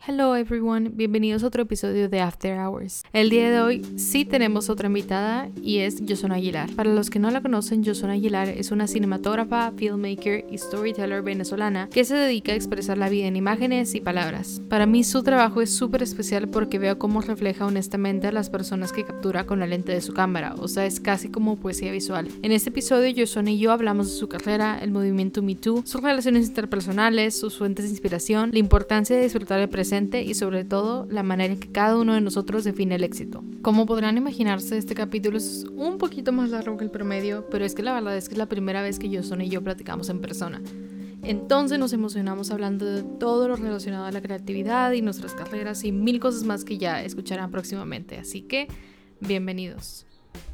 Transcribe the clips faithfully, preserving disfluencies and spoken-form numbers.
Hello everyone, bienvenidos a otro episodio de After Hours. El día de hoy sí tenemos otra invitada y es Yossona Aguilar. Para los que no la conocen, Yossona Aguilar es una cinematógrafa, filmmaker y storyteller venezolana que se dedica a expresar la vida en imágenes y palabras. Para mí su trabajo es súper especial porque veo cómo refleja honestamente a las personas que captura con la lente de su cámara, o sea, es casi como poesía visual. En este episodio, Yossona y yo hablamos de su carrera, el movimiento Me Too, sus relaciones interpersonales, sus fuentes de inspiración, la importancia de disfrutar el presente y sobre todo la manera en que cada uno de nosotros define el éxito. Como podrán imaginarse, este capítulo es un poquito más largo que el promedio, pero es que la verdad es que es la primera vez que Yossona y yo platicamos en persona. Entonces nos emocionamos hablando de todo lo relacionado a la creatividad y nuestras carreras y mil cosas más que ya escucharán próximamente, así que bienvenidos.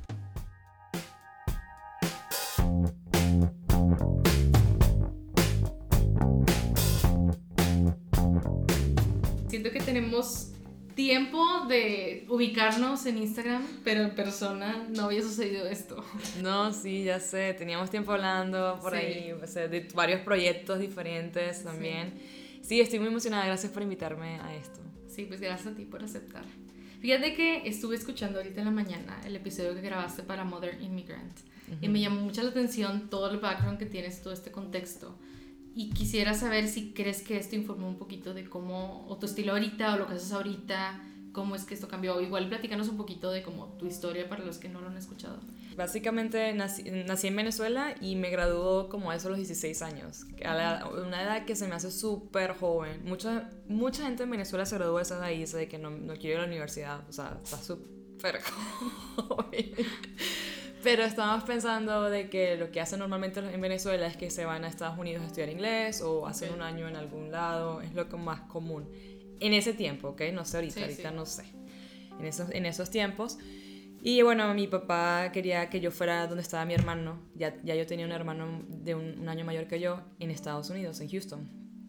Siento que tenemos tiempo de ubicarnos en Instagram, pero en persona no había sucedido esto. No, sí, ya sé, teníamos tiempo hablando por Sí. ahí, o sea, de varios proyectos diferentes también. Sí. sí, estoy muy emocionada, gracias por invitarme a esto. Sí, pues gracias a ti por aceptar. Fíjate que estuve escuchando ahorita en la mañana el episodio que grabaste para Modern Immigrant, uh-huh. y me llamó mucho la atención todo el background que tienes, todo este contexto. Y quisiera saber si crees que esto informó un poquito de cómo, o tu estilo ahorita, o lo que haces ahorita, cómo es que esto cambió. Igual platícanos un poquito de como tu historia para los que no lo han escuchado. Básicamente nací, nací en Venezuela y me graduó como a eso a los dieciséis años, a la, una edad que se me hace súper joven. Mucha, mucha gente en Venezuela se graduó a esa edad y dice que no, no quiere ir a la universidad, o sea, está súper joven. Pero estábamos pensando de que lo que hacen normalmente en Venezuela es que se van a Estados Unidos a estudiar inglés o hacen okay. un año en algún lado, es lo que más común. En ese tiempo, ¿ok? No sé ahorita, sí, ahorita sí. no sé. En esos, en esos tiempos. Y bueno, mi papá quería que yo fuera donde estaba mi hermano. Ya, ya yo tenía un hermano de un, un año mayor que yo en Estados Unidos, en Houston.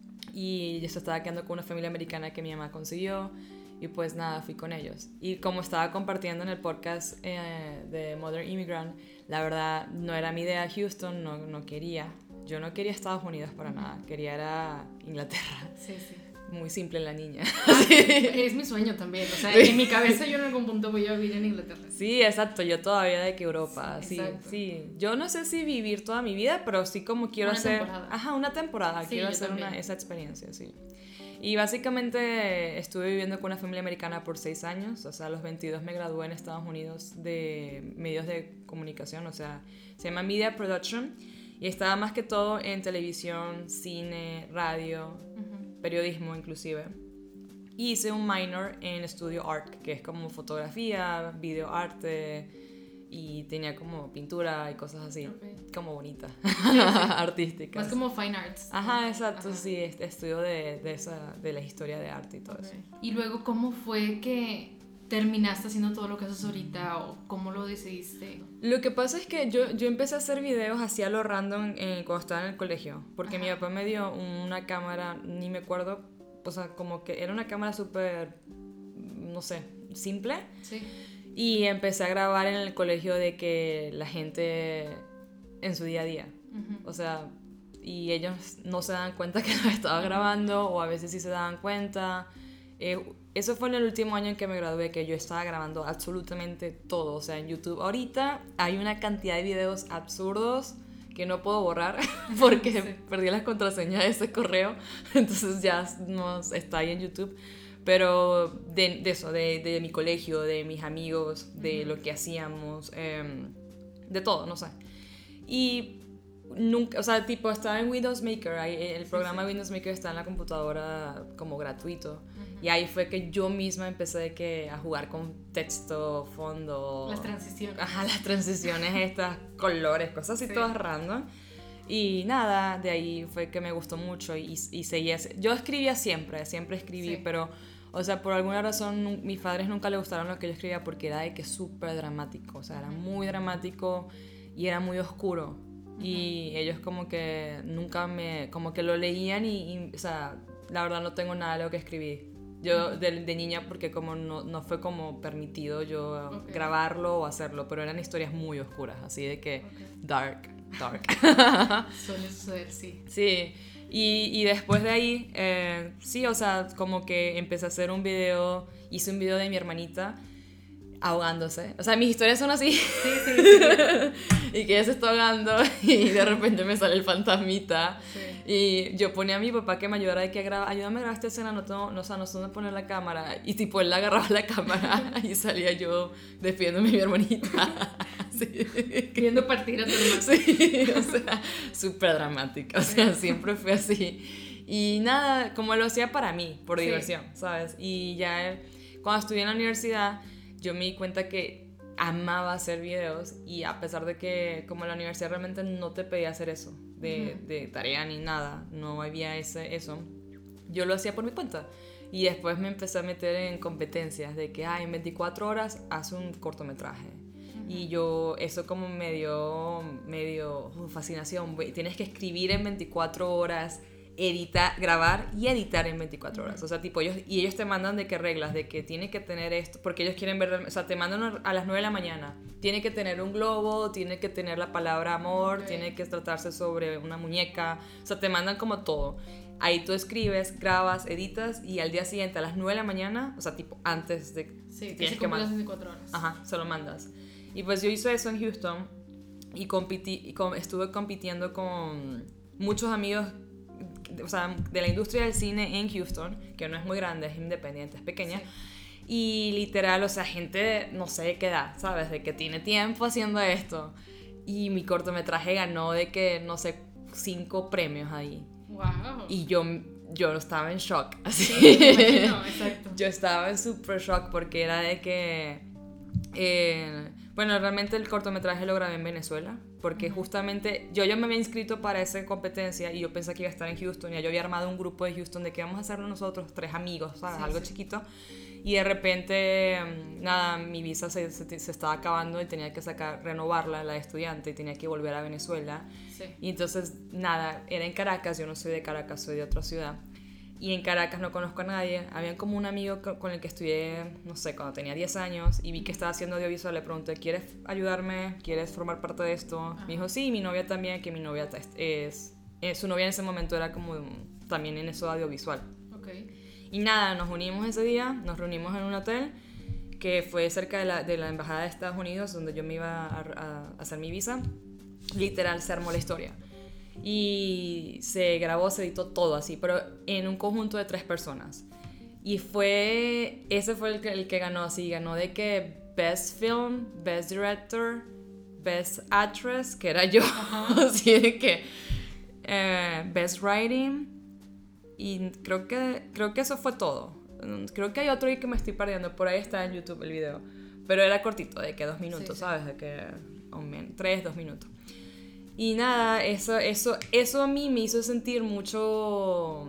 Y yo estaba quedando con una familia americana que mi mamá consiguió. Y pues nada, fui con ellos. Y como estaba compartiendo en el podcast eh, de Modern Immigrant, la verdad no era mi idea Houston, no, no quería. Yo no quería Estados Unidos para uh-huh. nada, quería era Inglaterra. Sí, sí. Muy simple la niña. Ah, sí. Es mi sueño también, o sea, en mi cabeza yo en algún punto voy a vivir en Inglaterra. Sí, exacto, yo todavía de que Europa, sí, sí, sí. Yo no sé si vivir toda mi vida, pero sí como quiero una hacer... Temporada. Ajá, una temporada, sí, quiero hacer una, esa experiencia, sí. Y básicamente estuve viviendo con una familia americana por seis años, o sea, a los veintidós me gradué en Estados Unidos de medios de comunicación, o sea, se llama Media Production, y estaba más que todo en televisión, cine, radio, uh-huh. periodismo inclusive. Y hice un minor en Studio Art, que es como fotografía, video arte, y tenía como pintura y cosas así, okay. como bonitas, sí, sí. artísticas. Más como fine arts. Ajá, exacto, Ajá. sí, estudio de, de, esa, de la historia de arte y todo okay. eso. Y luego, ¿cómo fue que terminaste haciendo todo lo que haces ahorita o cómo lo decidiste? Lo que pasa es que yo, yo empecé a hacer videos así a lo random eh, cuando estaba en el colegio, porque Ajá. mi papá me dio una cámara, ni me acuerdo, o sea, como que era una cámara súper, no sé, simple. Sí. Y empecé a grabar en el colegio de que la gente en su día a día, uh-huh. o sea, y ellos no se dan cuenta que lo estaba grabando o a veces sí se daban cuenta. Eh, eso fue en el último año en que me gradué, que yo estaba grabando absolutamente todo, o sea, en YouTube. Ahorita hay una cantidad de videos absurdos que no puedo borrar porque sí. perdí las contraseñas de ese correo, entonces ya no está ahí en YouTube. Pero de, de eso, de, de mi colegio, de mis amigos, de uh-huh. lo que hacíamos, eh, de todo, no sé. Y nunca, o sea, tipo, estaba en Windows Maker, ahí, el sí, programa sí. Windows Maker está en la computadora como gratuito. Uh-huh. Y ahí fue que yo misma empecé de que, a jugar con texto, fondo. Las transiciones. Ajá, las transiciones, estas, colores, cosas así sí. todas random. Y nada, de ahí fue que me gustó mucho y, y seguía. Yo escribía siempre, siempre escribí, sí. pero, o sea, por alguna razón mis padres nunca les gustaron lo que yo escribía porque era de que súper dramático, o sea, era muy dramático y era muy oscuro. Uh-huh. Y ellos como que nunca me, como que lo leían y, y, o sea, la verdad no tengo nada de lo que escribí. Yo uh-huh. de, de niña, porque como no, no fue como permitido yo okay. grabarlo o hacerlo, pero eran historias muy oscuras, así de que okay. dark. Dark. Suele suceder, sí. Sí, Y, y después de ahí, eh, sí, o sea, como que empecé a hacer un video, hice un video de mi hermanita ahogándose. O sea, mis historias son así. Sí, sí, sí. Y que ella se está ahogando y de repente me sale el fantasmita. Sí. Y yo ponía a mi papá que me ayudara de que graba, ayúdame a grabar esta escena, no, tengo, no, o sea, no sé dónde poner la cámara. Y tipo, él agarraba la cámara y salía yo despidiéndome de mi hermanita. Sí. Viendo partir a tu hermano. Sí, o sea, súper dramática. O sea, siempre fue así. Y nada, como lo hacía para mí, por Sí. diversión, ¿sabes? Y ya cuando estudié en la universidad, yo me di cuenta que amaba hacer videos, y a pesar de que como la universidad realmente no te pedía hacer eso de, uh-huh. de tarea ni nada, no había ese, eso, yo lo hacía por mi cuenta. Y después me empecé a meter en competencias de que ah, en veinticuatro horas haz un cortometraje. Uh-huh. Y yo, eso como me dio, me dio uh, fascinación. Tienes que escribir en veinticuatro horas, editar, grabar y editar en veinticuatro horas. O sea, tipo, ellos, y ellos te mandan de qué reglas, de que tiene que tener esto, porque ellos quieren ver, o sea, te mandan a las nueve de la mañana, tiene que tener un globo, tiene que tener la palabra amor, okay. tiene que tratarse sobre una muñeca, o sea, te mandan como todo. Ahí tú escribes, grabas, editas, y al día siguiente a las nueve de la mañana, o sea, tipo, antes de... Sí, tienes que mandar las veinticuatro horas. Ajá, se lo mandas. Y pues yo hice eso en Houston, y, compiti, y com, estuve compitiendo con muchos amigos, o sea, de la industria del cine en Houston, que no es muy grande, es independiente, es pequeña. Sí. Y literal, o sea, gente, no sé de qué edad, ¿sabes? De que tiene tiempo haciendo esto. Y mi cortometraje ganó de que, no sé, cinco premios ahí. Wow. Y yo, yo estaba en shock, así. Sí, me imagino, exacto. Yo estaba en super shock porque era de que... Eh, bueno, realmente el cortometraje lo grabé en Venezuela, porque uh-huh. justamente yo, yo me había inscrito para esa competencia y yo pensé que iba a estar en Houston, y yo había armado un grupo de Houston de que vamos a hacerlo nosotros, tres amigos, ¿sabes? Sí, algo sí. chiquito. Y de repente, nada, mi visa se, se, se estaba acabando y tenía que sacar, renovarla, la de estudiante, y tenía que volver a Venezuela. Sí. Y entonces, nada, era en Caracas, yo no soy de Caracas, soy de otra ciudad. Y en Caracas no conozco a nadie. Había como un amigo con el que estudié, no sé, cuando tenía diez años, y vi que estaba haciendo audiovisual. Le pregunté, ¿quieres ayudarme? ¿Quieres formar parte de esto? Ajá. Me dijo, sí, mi novia también, que mi novia es, es... Su novia en ese momento era como también en eso audiovisual. Okay. Y nada, nos unimos ese día, nos reunimos en un hotel que fue cerca de la, de la embajada de Estados Unidos, donde yo me iba a, a, a hacer mi visa. Literal, se armó la historia. Y se grabó, se editó todo así, pero en un conjunto de tres personas. Y fue, ese fue el que, el que ganó, así, ganó de que Best Film, Best Director, Best Actress, que era yo, así de que eh, Best Writing, y creo que, creo que eso fue todo. Creo que hay otro ahí que me estoy perdiendo, por ahí está en YouTube el video, pero era cortito, de que dos minutos, sí, sí. ¿sabes? De que, oh, man, tres, dos minutos. Y nada, eso, eso, eso a mí me hizo sentir mucho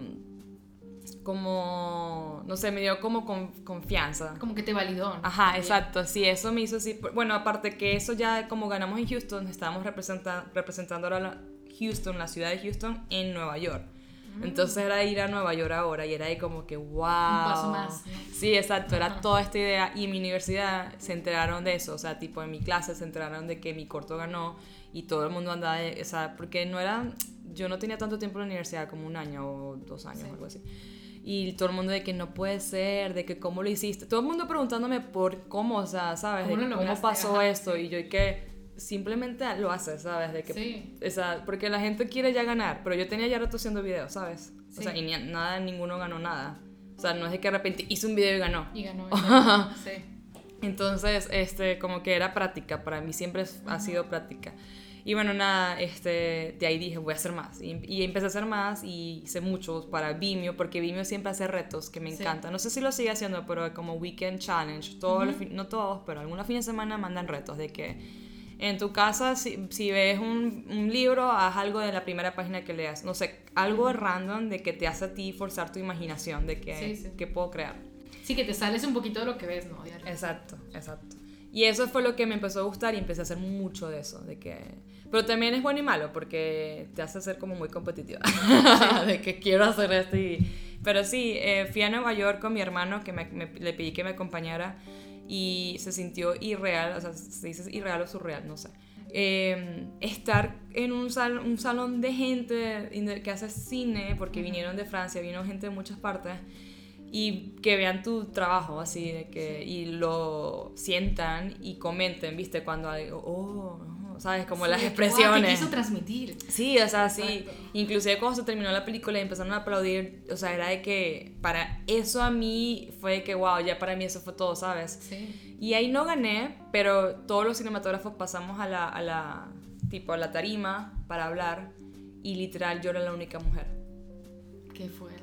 como, no sé, me dio como con, confianza. Como que te validó, ¿no? Ajá, también. Exacto, sí, eso me hizo así. Bueno, aparte que eso ya como ganamos en Houston, estábamos representa, representando ahora la Houston, la ciudad de Houston en Nueva York. Mm. Entonces era ir a Nueva York ahora y era ahí como que wow. Un paso más, ¿no? Sí, exacto, era toda esta idea. Y en mi universidad se enteraron de eso, o sea, tipo en mi clase se enteraron de que mi corto ganó. Y todo el mundo andaba, de, o sea, porque no era, yo no tenía tanto tiempo en la universidad, como un año o dos años, sí. algo así. Y todo el mundo de que no puede ser, de que cómo lo hiciste. Todo el mundo preguntándome por cómo, o sea, ¿sabes? ¿Cómo, de lo cómo pasó Ajá, esto. Sí. Y yo, y que simplemente lo haces, ¿sabes? De que, sí. o sea, porque la gente quiere ya ganar, pero yo tenía ya rato haciendo videos, ¿sabes? Sí. O sea, y ni, nada, ninguno ganó nada. O sea, no es de que de repente hice un video y ganó. Y ganó, sí. Entonces, este, como que era práctica, para mí siempre uh-huh. ha sido práctica. Y bueno, nada, este, de ahí dije, voy a hacer más. Y, y empecé a hacer más y hice muchos para Vimeo, porque Vimeo siempre hace retos que me sí. encantan. No sé si lo sigue haciendo, pero como Weekend Challenge, todos uh-huh. los, no todos, pero algunos fines de semana mandan retos de que en tu casa, si, si ves un, un libro, haz algo de la primera página que leas. No sé, algo uh-huh. random de que te hace a ti forzar tu imaginación, de que, sí, sí. que puedo crear. Sí, que te sales un poquito de lo que ves, ¿no? Exacto, exacto. Y eso fue lo que me empezó a gustar y empecé a hacer mucho de eso, de que... Pero también es bueno y malo porque te hace ser como muy competitiva, sí. de que quiero hacer esto y... Pero sí, eh, fui a Nueva York con mi hermano, que me, me, le pedí que me acompañara y se sintió irreal, o sea, se dice irreal o surreal, no sé. eh, estar en un, sal, un salón de gente que hace cine, porque uh-huh. vinieron de Francia, vino gente de muchas partes, y que vean tu trabajo así, de que, sí. y lo sientan y comenten, ¿viste? Cuando hay, oh, oh, ¿sabes? Como sí, las expresiones. Que, wow, quiso transmitir. Sí, o sea, Exacto. sí. Inclusive cuando se terminó la película y empezaron a aplaudir, o sea, era de que para eso a mí fue que, wow, ya para mí eso fue todo, ¿sabes? Sí. Y ahí no gané, pero todos los cinematógrafos pasamos a la, a la, tipo, a la tarima para hablar y literal yo era la única mujer. Qué fuerte.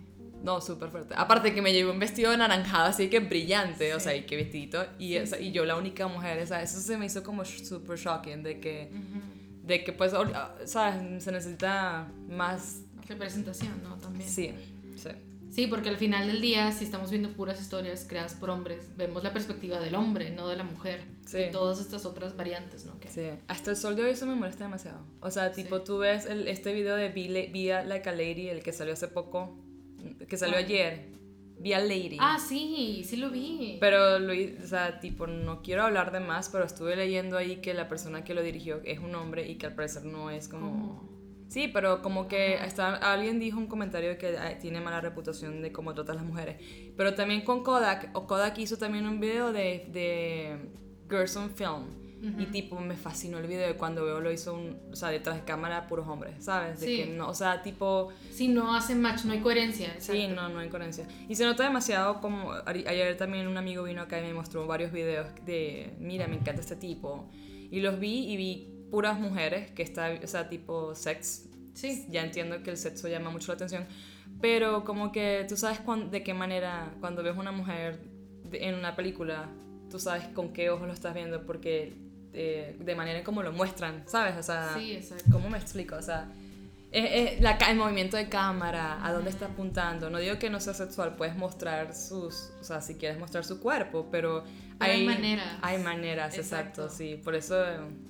No, súper fuerte. Aparte que me llevé un vestido anaranjado, así que brillante, sí. o sea, y qué vestidito. Y, sí, o sea, sí. y yo la única mujer, o sea, eso se me hizo como súper shocking, de que, uh-huh. de que pues, ¿sabes? Se necesita más... representación, ¿no? También. Sí, sí. Sí, porque al final del día, si estamos viendo puras historias creadas por hombres, vemos la perspectiva del hombre, no de la mujer. Sí. Y todas estas otras variantes, ¿no? Que... Sí. Hasta el sol de hoy eso me molesta demasiado. O sea, tipo, sí. tú ves el, este video de Be, Be Like a Lady, el que salió hace poco... que salió oh. ayer, Be a Lady. Ah, sí, sí lo vi. Pero, lo, o sea, tipo, no quiero hablar de más, pero estuve leyendo ahí que la persona que lo dirigió es un hombre y que al parecer no es como... Oh. Sí, pero como que está, alguien dijo un comentario que tiene mala reputación de cómo tratan las mujeres. Pero también con Kodak, o Kodak hizo también un video de, de Girls on Film. Uh-huh. Y tipo, me fascinó el video de cuando veo lo hizo un, o sea, detrás de cámara puros hombres, ¿sabes? De sí. que no, o sea, tipo... Sí, no hacen match, no hay coherencia. Exacto. Sí, no, no hay coherencia. Y se nota demasiado como... Ayer también un amigo vino acá y me mostró varios videos de, mira, me encanta este tipo. Y los vi y vi puras mujeres, que está, o sea, tipo sex. Sí. Ya entiendo que el sexo llama mucho la atención. Pero como que tú sabes cuando, de qué manera, cuando ves una mujer de, en una película, tú sabes con qué ojos lo estás viendo, porque... De, de manera en cómo lo muestran, ¿sabes? O sea, sí, exacto. ¿cómo me explico? O sea, es, es la, el movimiento de cámara, a dónde está apuntando. No digo que no sea sexual, puedes mostrar sus, o sea, si quieres mostrar su cuerpo, pero, pero hay, hay maneras. Hay maneras, exacto. exacto, sí. Por eso...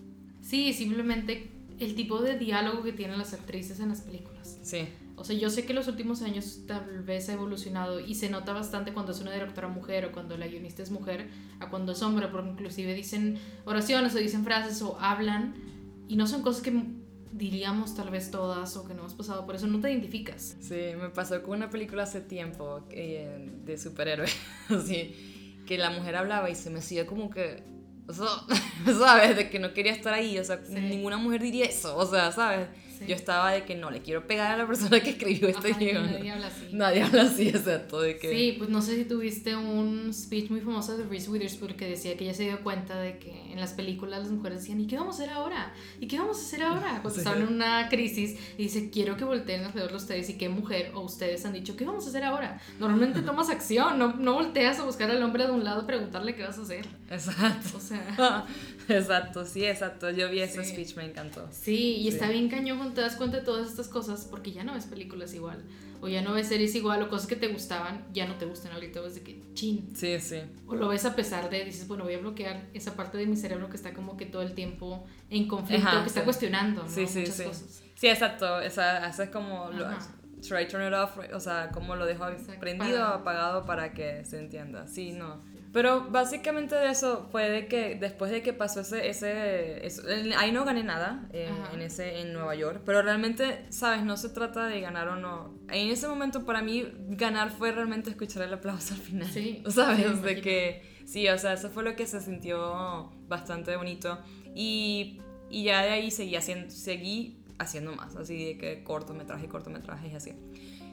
Sí, simplemente el tipo de diálogo que tienen las actrices en las películas. Sí. O sea, yo sé que los últimos años tal vez ha evolucionado y se nota bastante cuando es una directora mujer o cuando la guionista es mujer a cuando es hombre, porque inclusive dicen oraciones o dicen frases o hablan y no son cosas que diríamos tal vez todas o que no hemos pasado, por eso no te identificas. Sí, me pasó con una película hace tiempo eh, de superhéroes, así, que la mujer hablaba y se me hacía como que... O sea, ¿sabes? De que no quería estar ahí, o sea, sí. ninguna mujer diría eso, o sea, ¿sabes? Sí. Yo estaba de que no, le quiero pegar a la persona que escribió este guión. Nadie habla así. Nadie habla así, exacto. De que... Sí, pues no sé si tuviste un speech muy famoso de Reese Witherspoon que decía que ella se dio cuenta de que en las películas las mujeres decían, ¿y qué vamos a hacer ahora? ¿Y qué vamos a hacer ahora? Cuando sí. estaban en una crisis y dice, quiero que volteen alrededor de ustedes y qué mujer o ustedes han dicho, ¿qué vamos a hacer ahora? Normalmente tomas acción, no, no volteas a buscar al hombre de un lado y preguntarle qué vas a hacer. Exacto. O sea... Exacto, sí, exacto. Yo vi ese sí. speech, me encantó. Sí, y sí. está bien cañón cuando te das cuenta de todas estas cosas porque ya no ves películas igual o ya no ves series igual o cosas que te gustaban ya no te gustan ahorita, ves de que chin. Sí, sí. O lo ves a pesar de, dices, bueno, voy a bloquear esa parte de mi cerebro que está como que todo el tiempo en conflicto, Ajá, que está sí. cuestionando, ¿no? Sí, sí, Muchas sí. cosas. Sí, exacto. Esa, esa es como... Lo, should I turn it off? O sea, como lo dejo exacto. prendido o apagado para que se entienda. Sí, no. Pero básicamente de eso fue de que después de que pasó ese... ese, ese ahí no gané nada eh, en, ese, en Nueva York. Pero realmente, ¿sabes? No se trata de ganar o no. En ese momento para mí ganar fue realmente escuchar el aplauso al final. Sí. ¿Sabes? Sí, de que... Sí, o sea, eso fue lo que se sintió bastante bonito. Y, y ya de ahí seguí haciendo, seguí haciendo más. Así de que cortometraje, cortometraje y así.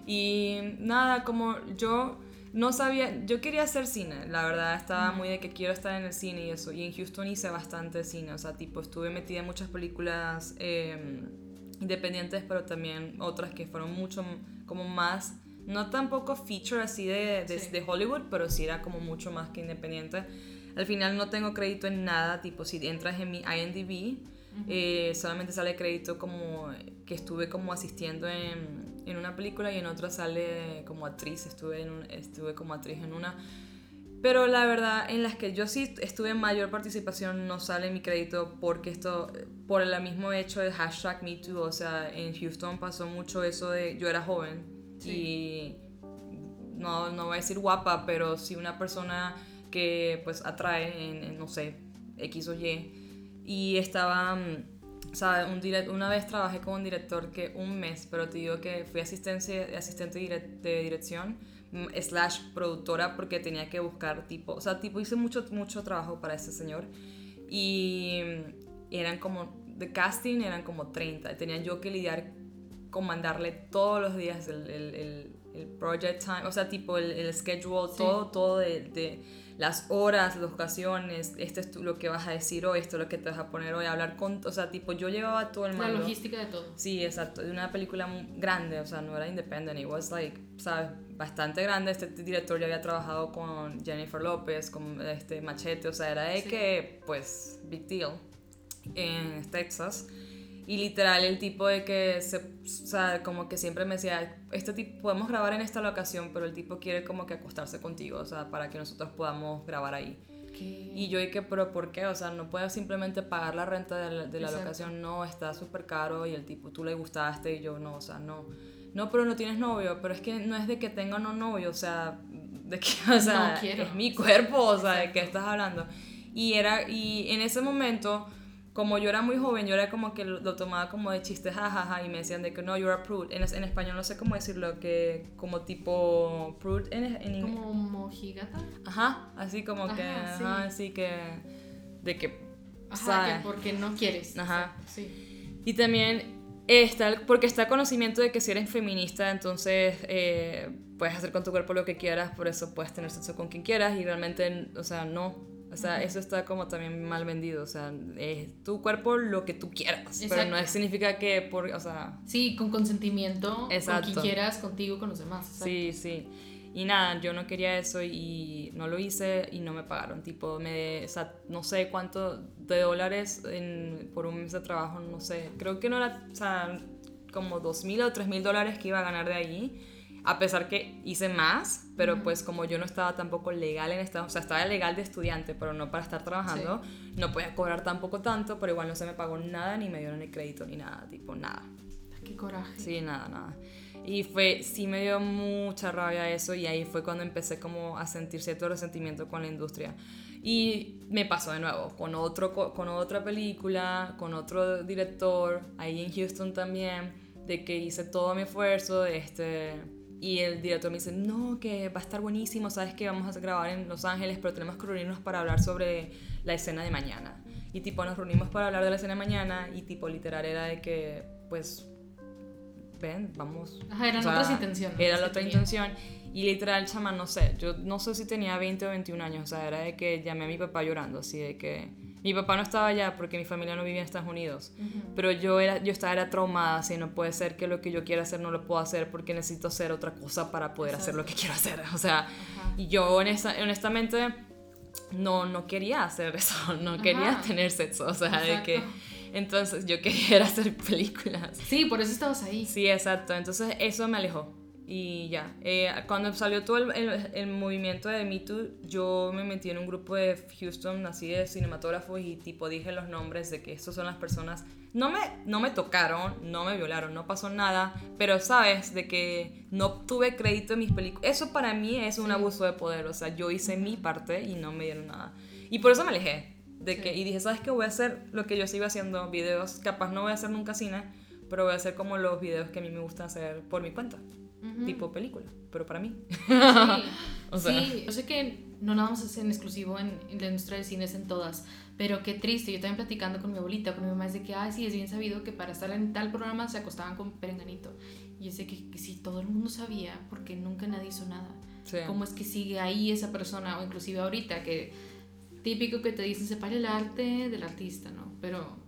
Y nada, como yo... No sabía, yo quería hacer cine, la verdad, estaba muy de que quiero estar en el cine y eso, y en Houston hice bastante cine, o sea, tipo, estuve metida en muchas películas eh, independientes, pero también otras que fueron mucho como más, no tampoco feature así de, de, sí. de Hollywood, pero sí era como mucho más que independiente. Al final no tengo crédito en nada, tipo, si entras en mi I M D B, uh-huh. eh, solamente sale crédito como que estuve como asistiendo en... en una película y en otra sale como actriz, estuve, en un, estuve como actriz en una, pero la verdad en las que yo sí estuve en mayor participación no sale mi crédito porque esto, por el mismo hecho de hashtag MeToo, o sea, en Houston pasó mucho eso de, yo era joven sí. y no, no voy a decir guapa, pero sí una persona que pues atrae en, en no sé, X o Y, y estaba, mm, o sea, un direct, una vez trabajé con un director que un mes, pero te digo que fui asistencia, asistente direct, de dirección mm, slash productora porque tenía que buscar tipo, o sea, tipo hice mucho, mucho trabajo para ese señor y mm, eran como, de casting eran como treinta, tenía yo que lidiar con mandarle todos los días el, el, el, el project time, o sea, tipo el, el schedule, sí. todo, todo de, de las horas, las ocasiones, esto es lo que vas a decir hoy, esto es lo que te vas a poner hoy, hablar con, o sea, tipo yo llevaba todo el mando. La logística de todo. Sí, exacto, de una película muy grande, o sea, no era independent, it was like, sabes, bastante grande. Este director ya había trabajado con Jennifer López, con este Machete, o sea, era de sí. que, pues, big deal en Texas. Y literal el tipo de que se, o sea, como que siempre me decía, este tipo, podemos grabar en esta locación, pero el tipo quiere como que acostarse contigo, o sea, para que nosotros podamos grabar ahí. ¿Qué? Y yo dije, pero ¿por qué? O sea, no puedo simplemente pagar la renta de la, de la locación, no, está súper caro y el tipo, tú le gustaste y yo no, o sea, no. No, pero no tienes novio, pero es que no es de que tenga no novio, o sea, de que, o sea, no quiero. Es mi cuerpo, o sea, exacto. ¿De qué estás hablando? Y era, y en ese momento, como yo era muy joven, yo era como que lo, lo tomaba como de chiste, jajaja, y me decían de que no, you're a prude. En, en español no sé cómo decirlo, que como tipo prude en, en ¿Como mojigata? Ajá, así como ajá, que, sí. Ajá, así que, de que, ajá, ¿sabes? Que porque no quieres. Ajá. Exacto, sí. Y también está, porque está el conocimiento de que si eres feminista, entonces eh, puedes hacer con tu cuerpo lo que quieras, por eso puedes tener sexo con quien quieras, y realmente, o sea, no. O sea, uh-huh. Eso está como también mal vendido, o sea, es tu cuerpo lo que tú quieras, exacto. Pero no significa que por, o sea... Sí, con consentimiento, exacto. Con quien quieras, contigo, con los demás. Exacto. Sí, sí. Y nada, yo no quería eso y no lo hice y no me pagaron, tipo, me, o sea, no sé cuánto de dólares en, por un mes de trabajo, no sé, creo que no era, o sea, como dos mil o tres mil dólares que iba a ganar de ahí. A pesar que hice más, pero uh-huh. Pues como yo no estaba tampoco legal en Estados Unidos, o sea, estaba legal de estudiante, pero no para estar trabajando, sí. No podía cobrar tampoco tanto, pero igual no se me pagó nada, ni me dieron el crédito, ni nada, tipo, nada. Qué coraje. Sí, nada, nada. Y fue, sí me dio mucha rabia eso, y ahí fue cuando empecé como a sentir cierto resentimiento con la industria. Y me pasó de nuevo, con, otro, con otra película, con otro director, ahí en Houston también, de que hice todo mi esfuerzo, este... Y el director me dice, no, que va a estar buenísimo, sabes que vamos a grabar en Los Ángeles, pero tenemos que reunirnos para hablar sobre la escena de mañana. Y tipo, nos reunimos para hablar de la escena de mañana y tipo, literal era de que, pues, ven, vamos. Ajá, eran o sea, otras intenciones. Era la otra tenía. intención. Y literal, chama, no sé, yo no sé si tenía veinte o veintiún años, o sea, era de que llamé a mi papá llorando, así de que... Mi papá no estaba allá porque mi familia no vivía en Estados Unidos, uh-huh. Pero yo, era, yo estaba era traumada, así no puede ser que lo que yo quiera hacer no lo puedo hacer porque necesito hacer otra cosa para poder exacto. Hacer lo que quiero hacer, o sea, uh-huh. Y yo honesta, honestamente no, no quería hacer eso, no quería uh-huh. Tener sexo, o sea, exacto. De que entonces yo quería hacer películas. Sí, por eso estabas ahí. Sí, exacto, entonces eso me alejó. Y ya, eh, cuando salió todo el, el, el movimiento de Me Too, yo me metí en un grupo de Houston, así de cinematógrafos, y tipo dije los nombres de que estos son las personas. No me, no me tocaron, no me violaron, no pasó nada, pero sabes, de que no tuve crédito en mis películas. Eso para mí es un sí. Abuso de poder, o sea, yo hice mi parte y no me dieron nada. Y por eso me alejé, de sí. que, y dije, ¿sabes qué? Voy a hacer lo que yo sigo haciendo, videos, capaz no voy a hacer nunca cine, pero voy a hacer como los videos que a mí me gusta hacer por mi cuenta. Uh-huh. Tipo película, pero para mí. Sí, o sea. Sí, yo sé que no nada más es en exclusivo en, en la industria del cine, es en todas, pero qué triste. Yo también platicando con mi abuelita, con mi mamá, es de que, ay, sí, es bien sabido que para estar en tal programa se acostaban con perenganito. Y yo sé que, que sí, todo el mundo sabía, porque nunca nadie hizo nada. Sí. ¿Cómo es que sigue ahí esa persona? O inclusive ahorita, que típico que te dicen, separa el arte del artista, ¿no? Pero...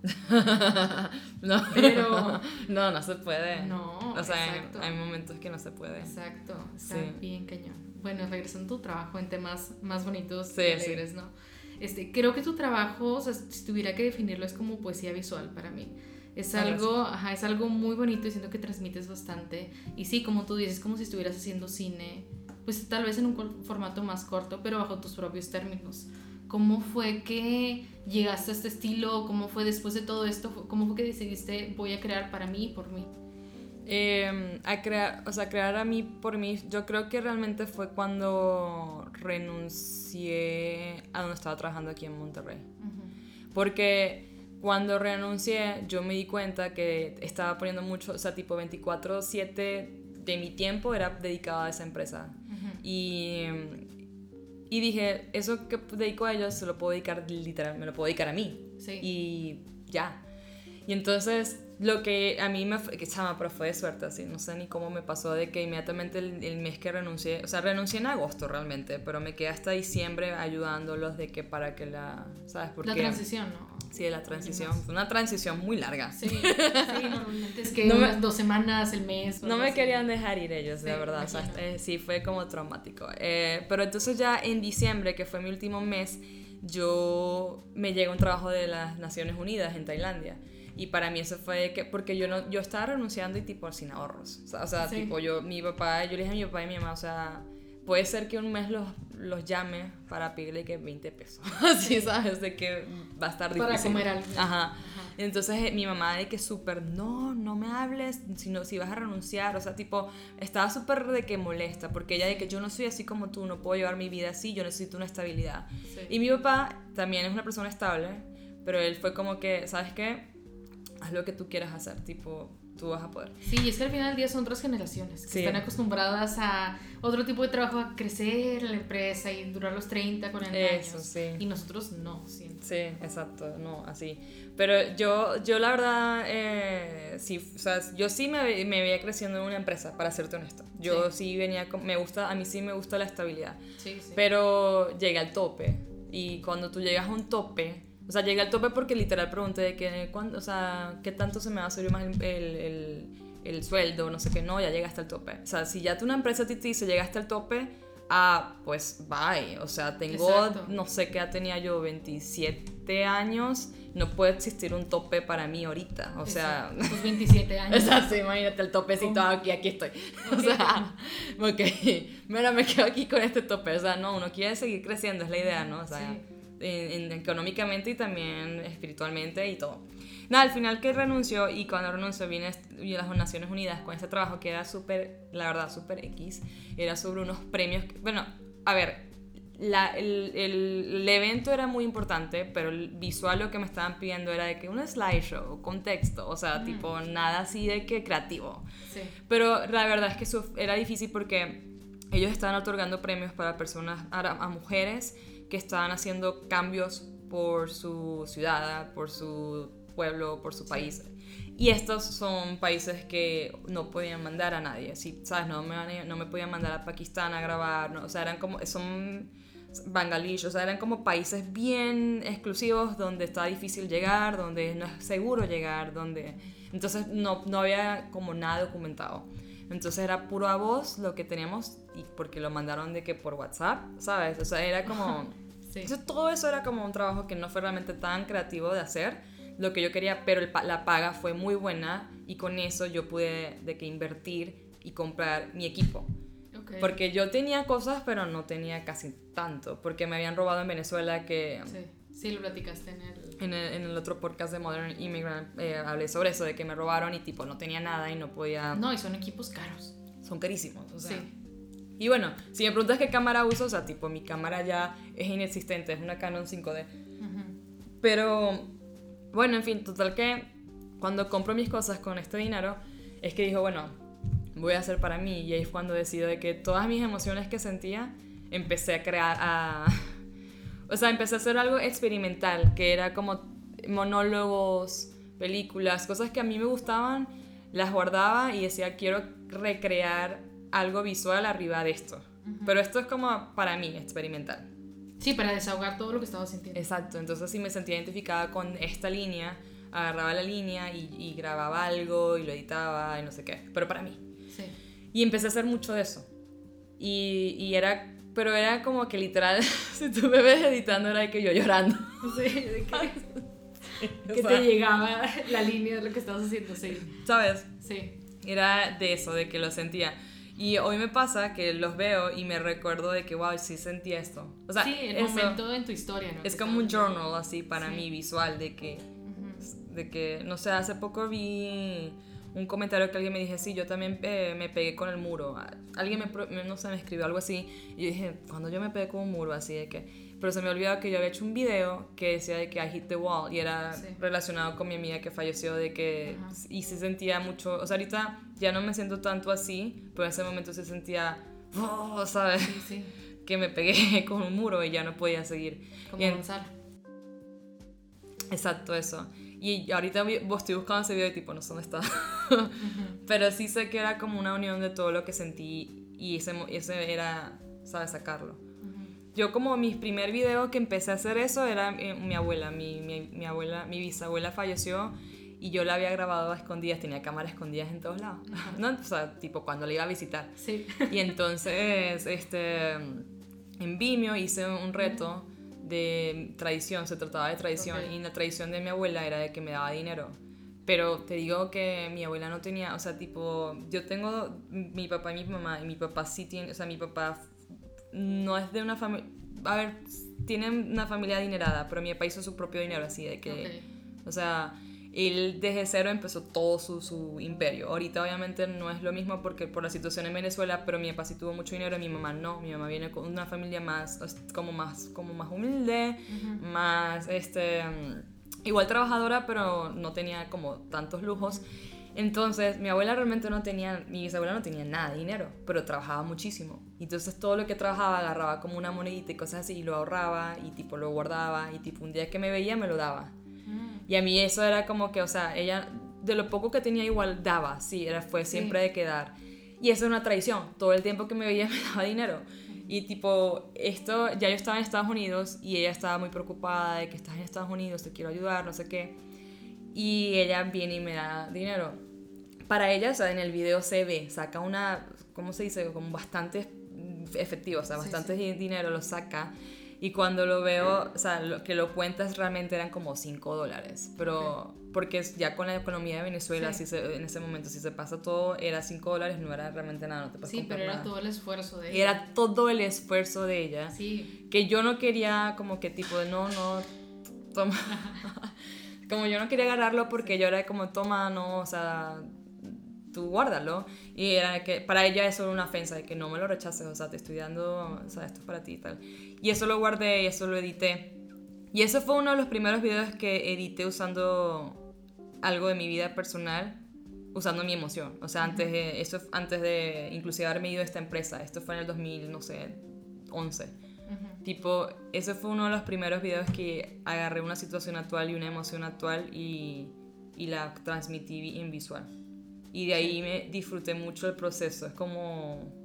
no, pero... no, no se puede. No, o sea, exacto. Hay, hay momentos que no se puede. Exacto, está sí. Bien cañón. Bueno, regresando a tu trabajo en temas más bonitos sí, y alegres, sí. ¿no? Este, creo que tu trabajo, o sea, si tuviera que definirlo, es como poesía visual para mí. Es algo, ajá, es algo muy bonito y siento que transmites bastante. Y sí, como tú dices, como si estuvieras haciendo cine, pues tal vez en un formato más corto, pero bajo tus propios términos. ¿Cómo fue que llegaste a este estilo? ¿Cómo fue después de todo esto? ¿Cómo fue que decidiste voy a crear para mí y por mí? Eh, a crear, o sea, crear a mí por mí, yo creo que realmente fue cuando renuncié a donde estaba trabajando aquí en Monterrey. Uh-huh. Porque cuando renuncié, yo me di cuenta que estaba poniendo mucho, o sea, tipo veinticuatro siete de mi tiempo era dedicado a esa empresa. Uh-huh. Y, y dije, eso que dedico a ellos se lo puedo dedicar literal, me lo puedo dedicar a mí. Sí. Y ya. Y entonces, lo que a mí me fue, que chama, pero fue de suerte, así, no sé ni cómo me pasó, de que inmediatamente el, el mes que renuncié, o sea, renuncié en agosto realmente, pero me quedé hasta diciembre ayudándolos de que para que la, ¿sabes? Porque, la transición, ¿no? Sí, de la transición, fue una transición muy larga. Sí, sí, normalmente es que no unas me, dos semanas, el mes. No me así. Querían dejar ir ellos, sí, de verdad, o sea, eh, sí, fue como traumático. Eh, pero entonces ya en diciembre, que fue mi último mes, yo me llegó un trabajo de las Naciones Unidas en Tailandia. Y para mí eso fue que, porque yo no yo estaba renunciando y tipo sin ahorros. O sea, o sea sí. tipo yo, mi papá, yo le dije a mi papá y a mi mamá, o sea, puede ser que un mes los, los llame para pedirle que veinte pesos. Así, ¿sabes? De que va a estar difícil. Para comer algo. Ajá. Ajá. Entonces mi mamá de que súper, no, no me hables, si, no, si vas a renunciar. O sea, tipo, estaba súper de que molesta, porque ella de que yo no soy así como tú, no puedo llevar mi vida así, yo necesito una estabilidad. Sí. Y mi papá también es una persona estable, pero él fue como que, ¿sabes qué? Haz lo que tú quieras hacer, tipo, tú vas a poder. Sí, y es que al final del día son otras generaciones que sí. están acostumbradas a otro tipo de trabajo, a crecer en la empresa y durar los treinta, cuarenta Eso, años. Sí. Y nosotros no, siempre. Sí, exacto, no, así. Pero yo, yo la verdad, eh, sí, o sea, yo sí me, me veía creciendo en una empresa, para serte honesto. Yo sí, sí venía, con, me gusta, a mí sí me gusta la estabilidad. Sí, sí. Pero llegué al tope. Y cuando tú llegas a un tope... O sea, llegué al tope porque literal pregunté de que, ¿cuándo, o sea, ¿qué tanto se me va a subir más el, el, el, el sueldo? No sé qué, no, ya llegaste al tope. O sea, si ya tú una empresa te dice llegaste al tope, ah, pues bye. O sea, tengo, Exacto. no sé qué edad tenía yo, veintisiete años, no puede existir un tope para mí ahorita. O sea... Pues veintisiete años. Exacto, imagínate el topecito, aquí, aquí estoy. O sea, ok, mira, me quedo aquí con este tope. O sea, no, uno quiere seguir creciendo, es la idea, ¿no? O sea... Sí. En, en, económicamente y también espiritualmente y todo. Nada, al final que renunció y cuando renunció vine a las Naciones Unidas con este trabajo que era súper, la verdad, súper X. Era sobre unos premios, que, bueno, a ver, la, el, el, el evento era muy importante, pero el visual lo que me estaban pidiendo era de que un slideshow, contexto, o sea, mm. tipo nada así de que creativo. Sí. Pero la verdad es que eso era difícil porque ellos estaban otorgando premios para personas, a, a mujeres que estaban haciendo cambios por su ciudad, por su pueblo, por su país. Sí. Y estos son países que no podían mandar a nadie, ¿sí? ¿Sabes? No me, no me podían mandar a Pakistán a grabar, ¿no? O sea, eran como, son Bangladesh, o sea, eran como países bien exclusivos donde está difícil llegar, donde no es seguro llegar, donde... Entonces no, no había como nada documentado. Entonces era puro a voz lo que teníamos y porque lo mandaron de que por WhatsApp, ¿sabes? O sea, era como... Sí. Entonces, todo eso era como un trabajo que no fue realmente tan creativo de hacer, lo que yo quería, pero el, la paga fue muy buena y con eso yo pude de que invertir y comprar mi equipo. Okay. Porque yo tenía cosas, pero no tenía casi tanto, porque me habían robado en Venezuela que... Sí, sí lo platicaste en el... En el, en el otro podcast de Modern Immigrant eh, hablé sobre eso, de que me robaron y tipo no tenía nada y no podía... No, y son equipos caros. Son carísimos, o sea... Sí. Y bueno, si me preguntas qué cámara uso, o sea, tipo, mi cámara ya es inexistente, es una Canon cinco D. Uh-huh. Pero, bueno, en fin, total que cuando compro mis cosas con este dinero, es que digo, bueno, voy a hacer para mí. Y ahí fue cuando decido de que todas mis emociones que sentía, empecé a crear, a... o sea, empecé a hacer algo experimental, que era como monólogos, películas, cosas que a mí me gustaban, las guardaba y decía, quiero recrear algo visual arriba de esto. Uh-huh. Pero esto es como para mí, experimental. Sí, para desahogar todo lo que estaba sintiendo. Exacto, entonces sí me sentía identificada con esta línea, agarraba la línea y, y grababa algo y lo editaba y no sé qué, pero para mí. Sí. Y empecé a hacer mucho de eso. Y, y era, pero era como que literal, si tú me ves editando era de que yo llorando. Sí, de que, sí, que sea, te llegaba la línea de lo que estabas haciendo, sí. ¿Sabes? Sí. Era de eso, de que lo sentía. Y hoy me pasa que los veo y me recuerdo de que, wow, sí sentí esto. O sea, sí, el eso, momento en tu historia, ¿no? Es como un journal, así, para sí. mí, visual, de que, uh-huh. de que, no sé, hace poco vi un comentario que alguien me dije, sí, yo también eh, me pegué con el muro. Alguien me, no sé, me escribió algo así. Y yo dije, cuando yo me pegué con un muro, así de que... Pero se me olvidó que yo había hecho un video que decía de que I hit the wall. Y era sí. relacionado con mi amiga que falleció, de que... Ajá. Y se sentía mucho... O sea, ahorita ya no me siento tanto así, pero en ese momento se sentía... Oh, ¿sabes? Sí, sí. Que me pegué con un muro y ya no podía seguir. Como en... avanzar. Exacto, eso. Y ahorita estoy buscando ese video y tipo, no sé dónde está. Uh-huh. Pero sí sé que era como una unión de todo lo que sentí y ese, ese era, ¿sabes? Sacarlo. Uh-huh. Yo como mi primer video que empecé a hacer eso era eh, mi abuela, mi, mi, mi abuela, mi bisabuela falleció y yo la había grabado a escondidas, tenía cámaras escondidas en todos lados. Uh-huh. ¿No? O sea, tipo cuando la iba a visitar. Sí. Y entonces, este, en Vimeo hice un reto. Uh-huh. De tradición, se trataba de tradición. Okay. Y la tradición de mi abuela era de que me daba dinero, pero te digo que mi abuela no tenía, o sea, tipo, yo tengo mi papá y mi mamá, y mi papá sí tiene, o sea, mi papá no es de una familia, a ver, tienen una familia adinerada, pero mi papá hizo su propio dinero, así de que, okay. O sea, él desde cero empezó todo su, su imperio. Ahorita obviamente no es lo mismo porque por la situación en Venezuela, pero mi papá sí tuvo mucho dinero y mi mamá no. Mi mamá viene con una familia más, como más, como más humilde, uh-huh. más, este, igual trabajadora, pero no tenía como tantos lujos. Entonces mi abuela realmente no tenía, mi bisabuela no tenía nada de dinero, pero trabajaba muchísimo. Entonces todo lo que trabajaba agarraba como una monedita y cosas así y lo ahorraba y tipo lo guardaba y tipo un día que me veía me lo daba. Y a mí eso era como que, o sea, ella de lo poco que tenía igual daba, sí, era, fue siempre sí. de quedar. Y eso es una tradición, todo el tiempo que me veía me daba dinero. Y tipo, esto, ya yo estaba en Estados Unidos y ella estaba muy preocupada de que estás en Estados Unidos, te quiero ayudar, no sé qué. Y ella viene y me da dinero. Para ella, o sea, en el video se ve, saca una, ¿cómo se dice? Como bastante efectivo, o sea, bastante sí, sí. dinero lo saca. Y cuando lo veo, o sea, lo que lo cuentas realmente eran como cinco dólares. Pero, okay. porque ya con la economía de Venezuela, sí. si se, en ese momento, si se pasa todo, era cinco dólares, no era realmente nada, no te puedes sí, comprar pero era nada. todo el esfuerzo de ella. Era todo el esfuerzo de ella. Sí. Que yo no quería, como que tipo de no, no, toma. Como yo no quería agarrarlo porque sí. yo era como, toma, no, o sea, tú guárdalo. Y era que para ella eso era una ofensa, de que no me lo rechaces, o sea, te estoy dando, o sea, esto es para ti y tal. Y eso lo guardé y eso lo edité. Y eso fue uno de los primeros videos que edité usando algo de mi vida personal, usando mi emoción. O sea, antes de, eso, antes de inclusive haberme ido a esta empresa. Esto fue en el dos mil, no sé, once. Uh-huh. Tipo, ese fue uno de los primeros videos que agarré una situación actual y una emoción actual y, y la transmití en visual. Y de ahí me disfruté mucho el proceso. Es como...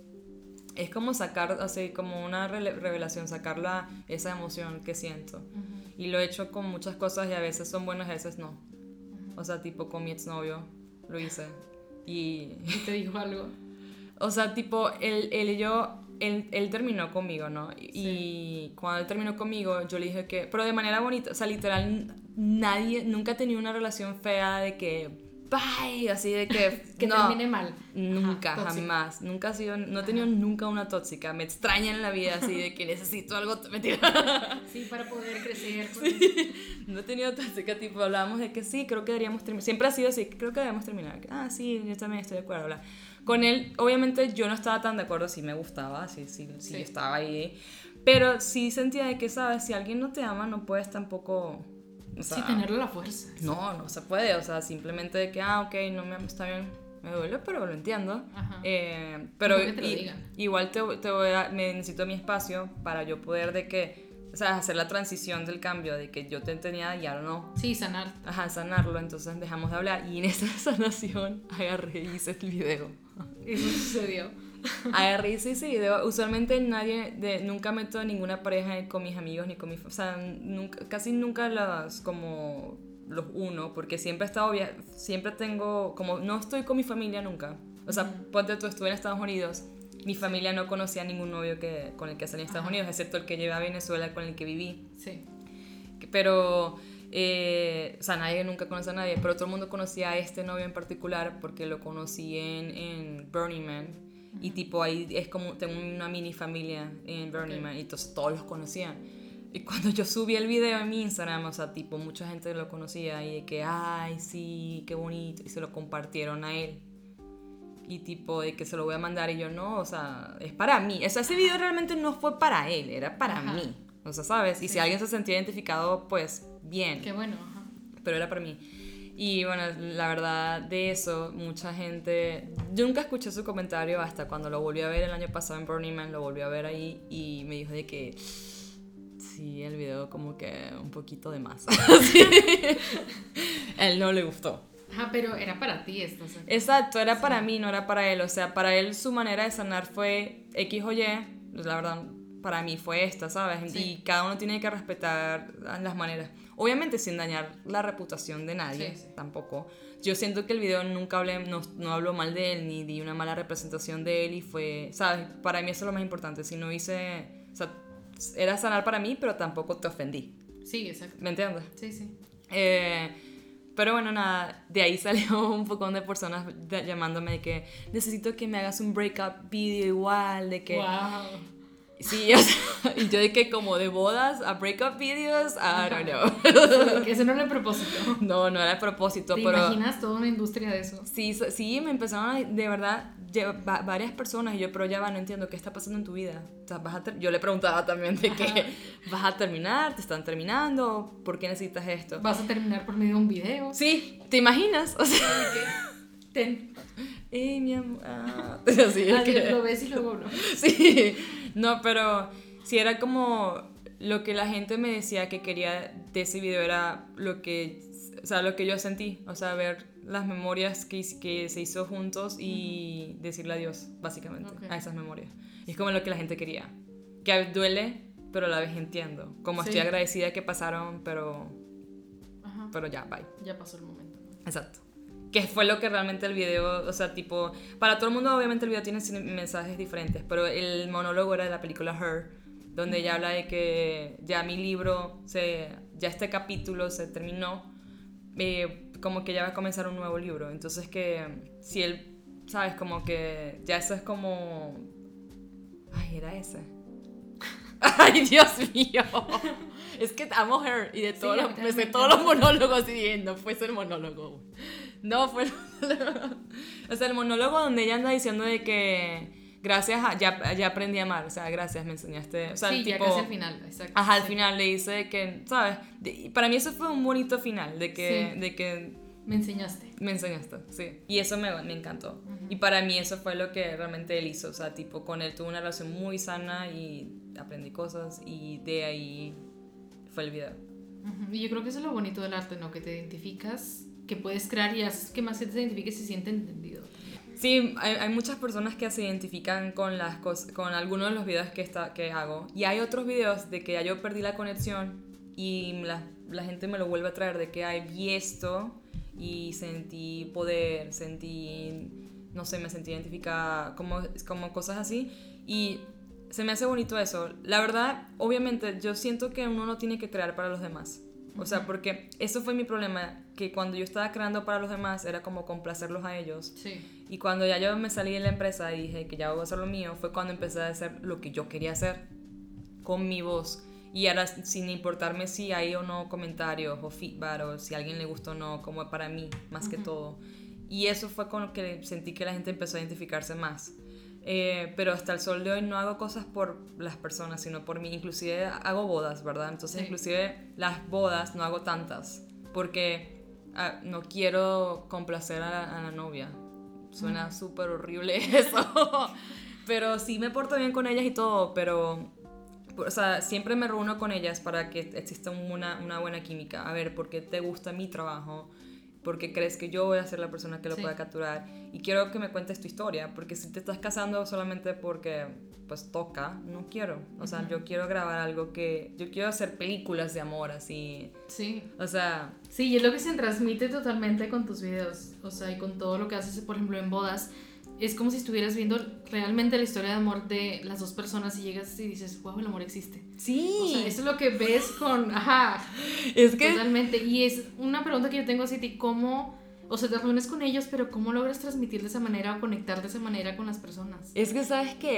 Es como sacar, así, como una re- revelación, sacar la, esa emoción que siento. Uh-huh. Y lo he hecho con muchas cosas y a veces son buenas, a veces no. Uh-huh. O sea, tipo con mi exnovio lo hice. Y... ¿Y te dijo algo? O sea, tipo, él, él y yo... Él, él terminó conmigo, ¿no? Y, sí. y cuando él terminó conmigo, yo le dije que... Pero de manera bonita, o sea, literal, nadie... Nunca he tenido una relación fea de que... Bye, así de que... que no, termine mal. Nunca, Ajá, jamás. Nunca ha sido... No he tenido Ajá. nunca una tóxica. Me extraña en la vida así de que necesito algo... Mentira. Sí, para poder crecer. Sí. No he tenido tóxica, tipo, hablábamos de que sí, creo que deberíamos terminar. Siempre ha sido así, creo que debemos terminar. Ah, sí, yo también estoy de acuerdo. Bla. Con él, obviamente, yo no estaba tan de acuerdo. Sí me gustaba, sí, sí, sí, sí. Yo estaba ahí. Pero sí sentía de que, ¿sabes? Si alguien no te ama, no puedes tampoco... O sea, sí, tenerlo a la fuerza. No, no se puede. O sea, simplemente de que, ah, ok, no me está bien, me duele, pero lo entiendo. Eh, pero que te lo y, digan. igual te, te voy a, me necesito mi espacio para yo poder de que... O sea, hacer la transición del cambio de que yo te tenía y ahora no. Sí, sanar. Ajá, sanarlo. Entonces dejamos de hablar. Y en esa sanación agarré y hice el video. Eso sucedió. Agarré y hice ese video. Usualmente nadie, de, nunca meto a ninguna pareja con mis amigos ni con mis... O sea, nunca, casi nunca las como los uno. Porque siempre he estado... Siempre tengo... Como no estoy con mi familia nunca. O sea, uh-huh. ponte tú, estuve en Estados Unidos... Mi familia no conocía a ningún novio que, con el que salí en Estados Ajá. Unidos, excepto el que llevé a Venezuela, con el que viví. Sí. Pero, eh, o sea, nadie nunca conoce a nadie, pero todo el mundo conocía a este novio en particular porque lo conocí en, en Burning Man. Uh-huh. Y tipo ahí es como, tengo una mini familia en Burning okay. Man y entonces todos los conocían. Y cuando yo subí el video en mi Instagram, o sea, tipo, mucha gente lo conocía y de que, ay, sí, qué bonito, y se lo compartieron a él. Y tipo, de que se lo voy a mandar, y yo, no, o sea, es para mí. O sea, ese video realmente no fue para él, era para Ajá. mí. O sea, ¿sabes? Y Sí. si alguien se sentía identificado, pues, bien. Qué bueno, ajá. Pero era para mí. Y bueno, la verdad de eso, mucha gente... Yo nunca escuché su comentario hasta cuando lo volví a ver el año pasado en Burning Man, lo volví a ver ahí y me dijo de que... Sí, el video como que un poquito de más. Sí. Él no le gustó. Ajá, pero era para ti esto. O sea. Exacto, era Sí. para mí, no era para él. O sea, para él su manera de sanar fue X o Y. La verdad, para mí fue esta, ¿sabes? Sí. Y cada uno tiene que respetar las maneras. Obviamente sin dañar la reputación de nadie, Sí, sí. tampoco. Yo siento que el video nunca hablé, no, no habló mal de él, ni di una mala representación de él y fue, ¿sabes? Para mí eso es lo más importante. Si no hice, o sea, era sanar para mí, pero tampoco te ofendí. Sí, exacto. ¿Me entiendes? Sí, sí. Eh, pero bueno, nada, de ahí salió un poco de personas de, llamándome de que necesito que me hagas un breakup video igual, de que... Wow. Sí, o sea, y yo de que como de bodas a breakup videos, I don't know. Sí, ese no era el propósito. No, no era el propósito, ¿Te pero... imaginas toda una industria de eso? Sí, so- sí, me empezaron a, de verdad, lle- va- varias personas y yo, pero ya va, no entiendo, ¿qué está pasando en tu vida? O sea, vas a ter- yo le preguntaba también de que Ajá. vas a terminar, te están terminando, ¿por qué necesitas esto? Vas a terminar por medio de un video. Sí, ¿te imaginas? O sea, Ten. ¡ey, mi amor! Ah, así es Ah, que- lo ves y luego no. Sí, no, pero sí era como lo que la gente me decía que quería de ese video era lo que, o sea, lo que yo sentí, o sea, ver las memorias que, hice- que se hizo juntos y decirle adiós, básicamente, Ok. a esas memorias. Y es como lo que la gente quería, que duele, pero a la vez entiendo, como Sí. estoy agradecida que pasaron, pero, Ajá. pero ya, bye. Ya pasó el momento. Exacto. Que fue lo que realmente el video, o sea, tipo, para todo el mundo obviamente el video tiene sin- mensajes diferentes, pero el monólogo era de la película Her, donde ella habla de que ya mi libro, se, ya este capítulo se terminó, eh, como que ya va a comenzar un nuevo libro, entonces que si él, sabes, como que ya eso es como... Ay, era ese. Ay, Dios mío. Es que amo Her y de Sí, todos a mí los, también me sé me todos los encanta. monólogos y no fue el monólogo. No, fue el monólogo. O sea, el monólogo donde ella anda diciendo de que gracias a, ya, ya aprendí a amar, o sea, gracias, me enseñaste, o sea, Sí, el ya tipo, casi al final, exacto. ajá, al Sí. final le dice que, ¿sabes? De- y para mí eso fue un bonito final, de que, Sí. de que Me enseñaste. me enseñaste, sí. Y eso me, me encantó. Ujú. Y para mí eso fue lo que realmente él hizo, o sea, tipo, con él tuve una relación muy sana y aprendí cosas y de ahí fue el video. Ujú. Y yo creo que eso es lo bonito del arte, ¿no? Que te identificas, que puedes crear y haces que más gente se identifique y se siente entendido. Sí, hay, hay muchas personas que se identifican con las cosas, con algunos de los videos que, está, que hago. Y hay otros videos de que ya yo perdí la conexión y la, la gente me lo vuelve a traer de que ay, vi esto y sentí poder, sentí, no sé, me sentí identificada, como, como cosas así. Y se me hace bonito eso. La verdad, obviamente, yo siento que uno no tiene que crear para los demás. O sea, porque eso fue mi problema, que cuando yo estaba creando para los demás era como complacerlos a ellos. Sí. Y cuando ya yo me salí de la empresa y dije que ya voy a hacer lo mío, fue cuando empecé a hacer lo que yo quería hacer con mi voz. Y ahora sin importarme si hay o no comentarios o feedback o si a alguien le gustó o no, como para mí, más que todo. Y eso fue con lo que sentí que la gente empezó a identificarse más. Eh, pero hasta el sol de hoy no hago cosas por las personas, sino por mí. Inclusive hago bodas, ¿verdad? Entonces, Sí. inclusive las bodas no hago tantas porque ah, no quiero complacer a la, a la novia. Suena súper horrible eso. Pero sí me porto bien con ellas y todo, pero... O sea, siempre me reúno con ellas para que exista una, una buena química. A ver, ¿por qué te gusta mi trabajo? ¿Por qué crees que yo voy a ser la persona que lo Sí. pueda capturar? Y quiero que me cuentes tu historia, porque si te estás casando solamente porque, pues, toca, no quiero. O sea, Ujú. yo quiero grabar algo que... Yo quiero hacer películas de amor, así... Sí. O sea... Sí, y es lo que se transmite totalmente con tus videos. O sea, y con todo lo que haces, por ejemplo, en bodas. Es como si estuvieras viendo realmente la historia de amor de las dos personas y llegas y dices, wow, el amor existe. Sí. O sea, eso es lo que ves con... Ajá. Es que... Totalmente. Y es una pregunta que yo tengo hacia ti, ¿cómo... O sea, te reúnes con ellos, pero ¿cómo logras transmitir de esa manera o conectar de esa manera con las personas? Es que, ¿sabes qué?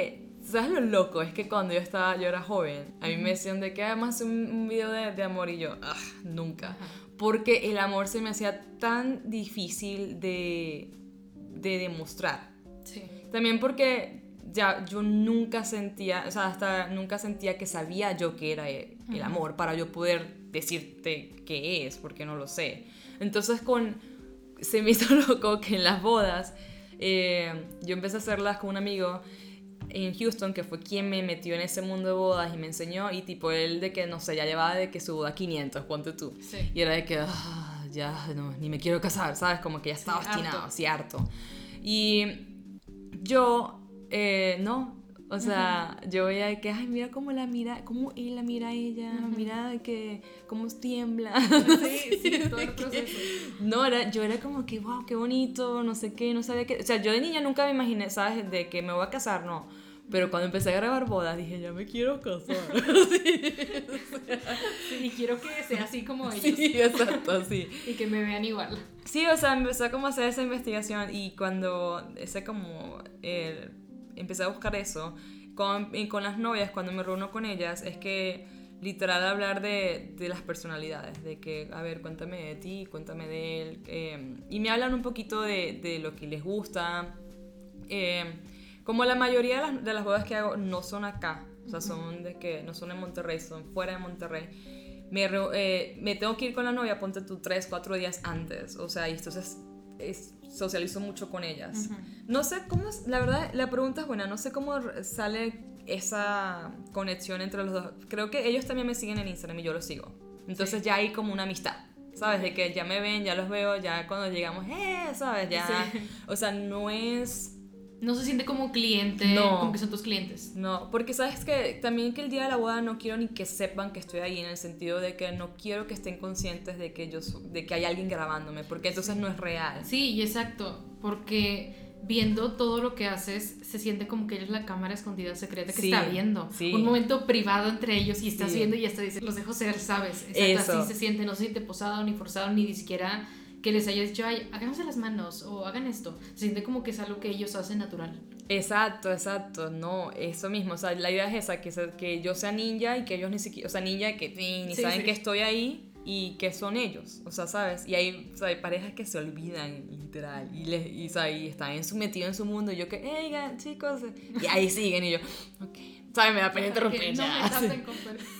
¿sabes lo loco? Es que cuando yo estaba, yo era joven, a mí me decían de que además un, un video de, de amor y yo, ah, nunca. Ajá. Porque el amor se me hacía tan difícil de, de demostrar. Sí. También porque ya yo nunca sentía, o sea, hasta nunca sentía que sabía yo qué era el, el amor para yo poder decirte qué es, porque no lo sé. Entonces con, se me hizo loco que en las bodas, eh, yo empecé a hacerlas con un amigo en Houston, que fue quien me metió en ese mundo de bodas y me enseñó, y tipo él de que, no sé, ya llevaba de que su boda quinientos, ponte tú. Sí. Y era de que, ah, ya, no, ni me quiero casar, ¿sabes? Como que ya estaba sí, obstinado, harto. así harto. Y yo, eh, no, o sea, uh-huh. yo veía que, ay, mira cómo la mira, cómo él la mira a ella, uh-huh. mira que, cómo tiembla. Sí, sí, todo el proceso. No, era, yo era como que, wow, qué bonito, no sé qué, no sabía qué. O sea, yo de niña nunca me imaginé, ¿sabes? De que me voy a casar, no. Pero cuando empecé a grabar bodas, dije, ya me quiero casar. Sí. Sí, y quiero que sea así como ellos. Sí, exacto, sí. Y que me vean igual. Sí, o sea, empecé como a hacer esa investigación y cuando ese como, eh, empecé a buscar eso, con, y con las novias, cuando me reúno con ellas, es que literal hablar de, de las personalidades, de que, a ver, cuéntame de ti, cuéntame de él, eh, y me hablan un poquito de, de lo que les gusta, eh, como la mayoría de las, de las bodas que hago no son acá, o sea, son de que no son en Monterrey, son fuera de Monterrey. Me, eh, me tengo que ir con la novia, ponte tú tres, cuatro días antes, o sea, y entonces es, socializo mucho con ellas. Uh-huh. No sé cómo, la verdad, la pregunta es buena, no sé cómo sale esa conexión entre los dos. Creo que ellos también me siguen en Instagram y yo los sigo. Entonces sí. Ya hay como una amistad, ¿sabes? De que ya me ven, ya los veo, ya cuando llegamos, ¡eh! ¿Sabes? Ya, sí. O sea, no es... No se siente como cliente, no, como que son tus clientes. No, porque sabes que también que el día de la boda no quiero ni que sepan que estoy ahí, en el sentido de que no quiero que estén conscientes de que yo de que hay alguien grabándome, porque entonces sí. No es real. Sí, exacto, porque viendo todo lo que haces, se siente como que eres la cámara escondida secreta que sí, está viendo. Sí. Un momento privado entre ellos y estás sí. viendo y hasta dices, los dejo ser, ¿sabes? Exacto, eso. Así se siente, no se siente posado ni forzado, ni siquiera... que les haya dicho, ay, háganse las manos o hagan esto. Se siente como que es algo que ellos hacen natural. Exacto, exacto, no, eso mismo, o sea, la idea es esa, que, que yo sea ninja y que ellos ni siquiera, o sea, ninja que ni sí, saben sí. que estoy ahí y que son ellos, o sea, ¿sabes? Y hay, o sea, hay parejas que se olvidan, literal, y, les, y, o sea, y están en su, metidos en su mundo, y yo que, hey, chicos, y ahí siguen, y yo, ok, ¿sabes? Me da pena interrumpir. No me tapen con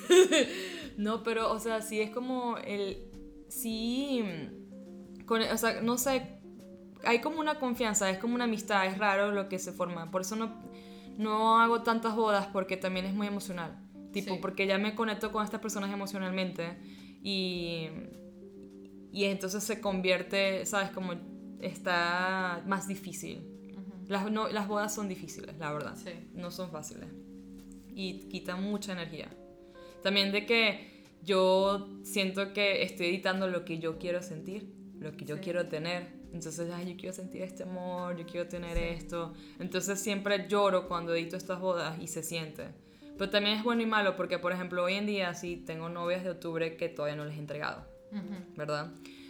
No, pero, o sea, sí es como el, sí... Con, o sea, no sé, hay como una confianza, es como una amistad, es raro lo que se forma. Por eso no, no hago tantas bodas, porque también es muy emocional. Tipo, sí. Porque ya me conecto con estas personas emocionalmente y, y entonces se convierte, ¿sabes? Como está más difícil. Uh-huh. Las, no, las bodas son difíciles, la verdad. Sí. No son fáciles. Y quitan mucha energía. También de que yo siento que estoy editando lo que yo quiero sentir, lo que yo sí. quiero tener. Entonces, ay, yo quiero sentir este amor, yo quiero tener sí. esto. Entonces siempre lloro cuando edito estas bodas y se siente. Pero también es bueno y malo porque, por ejemplo, hoy en día sí tengo novias de octubre que todavía no les he entregado, uh-huh. ¿verdad?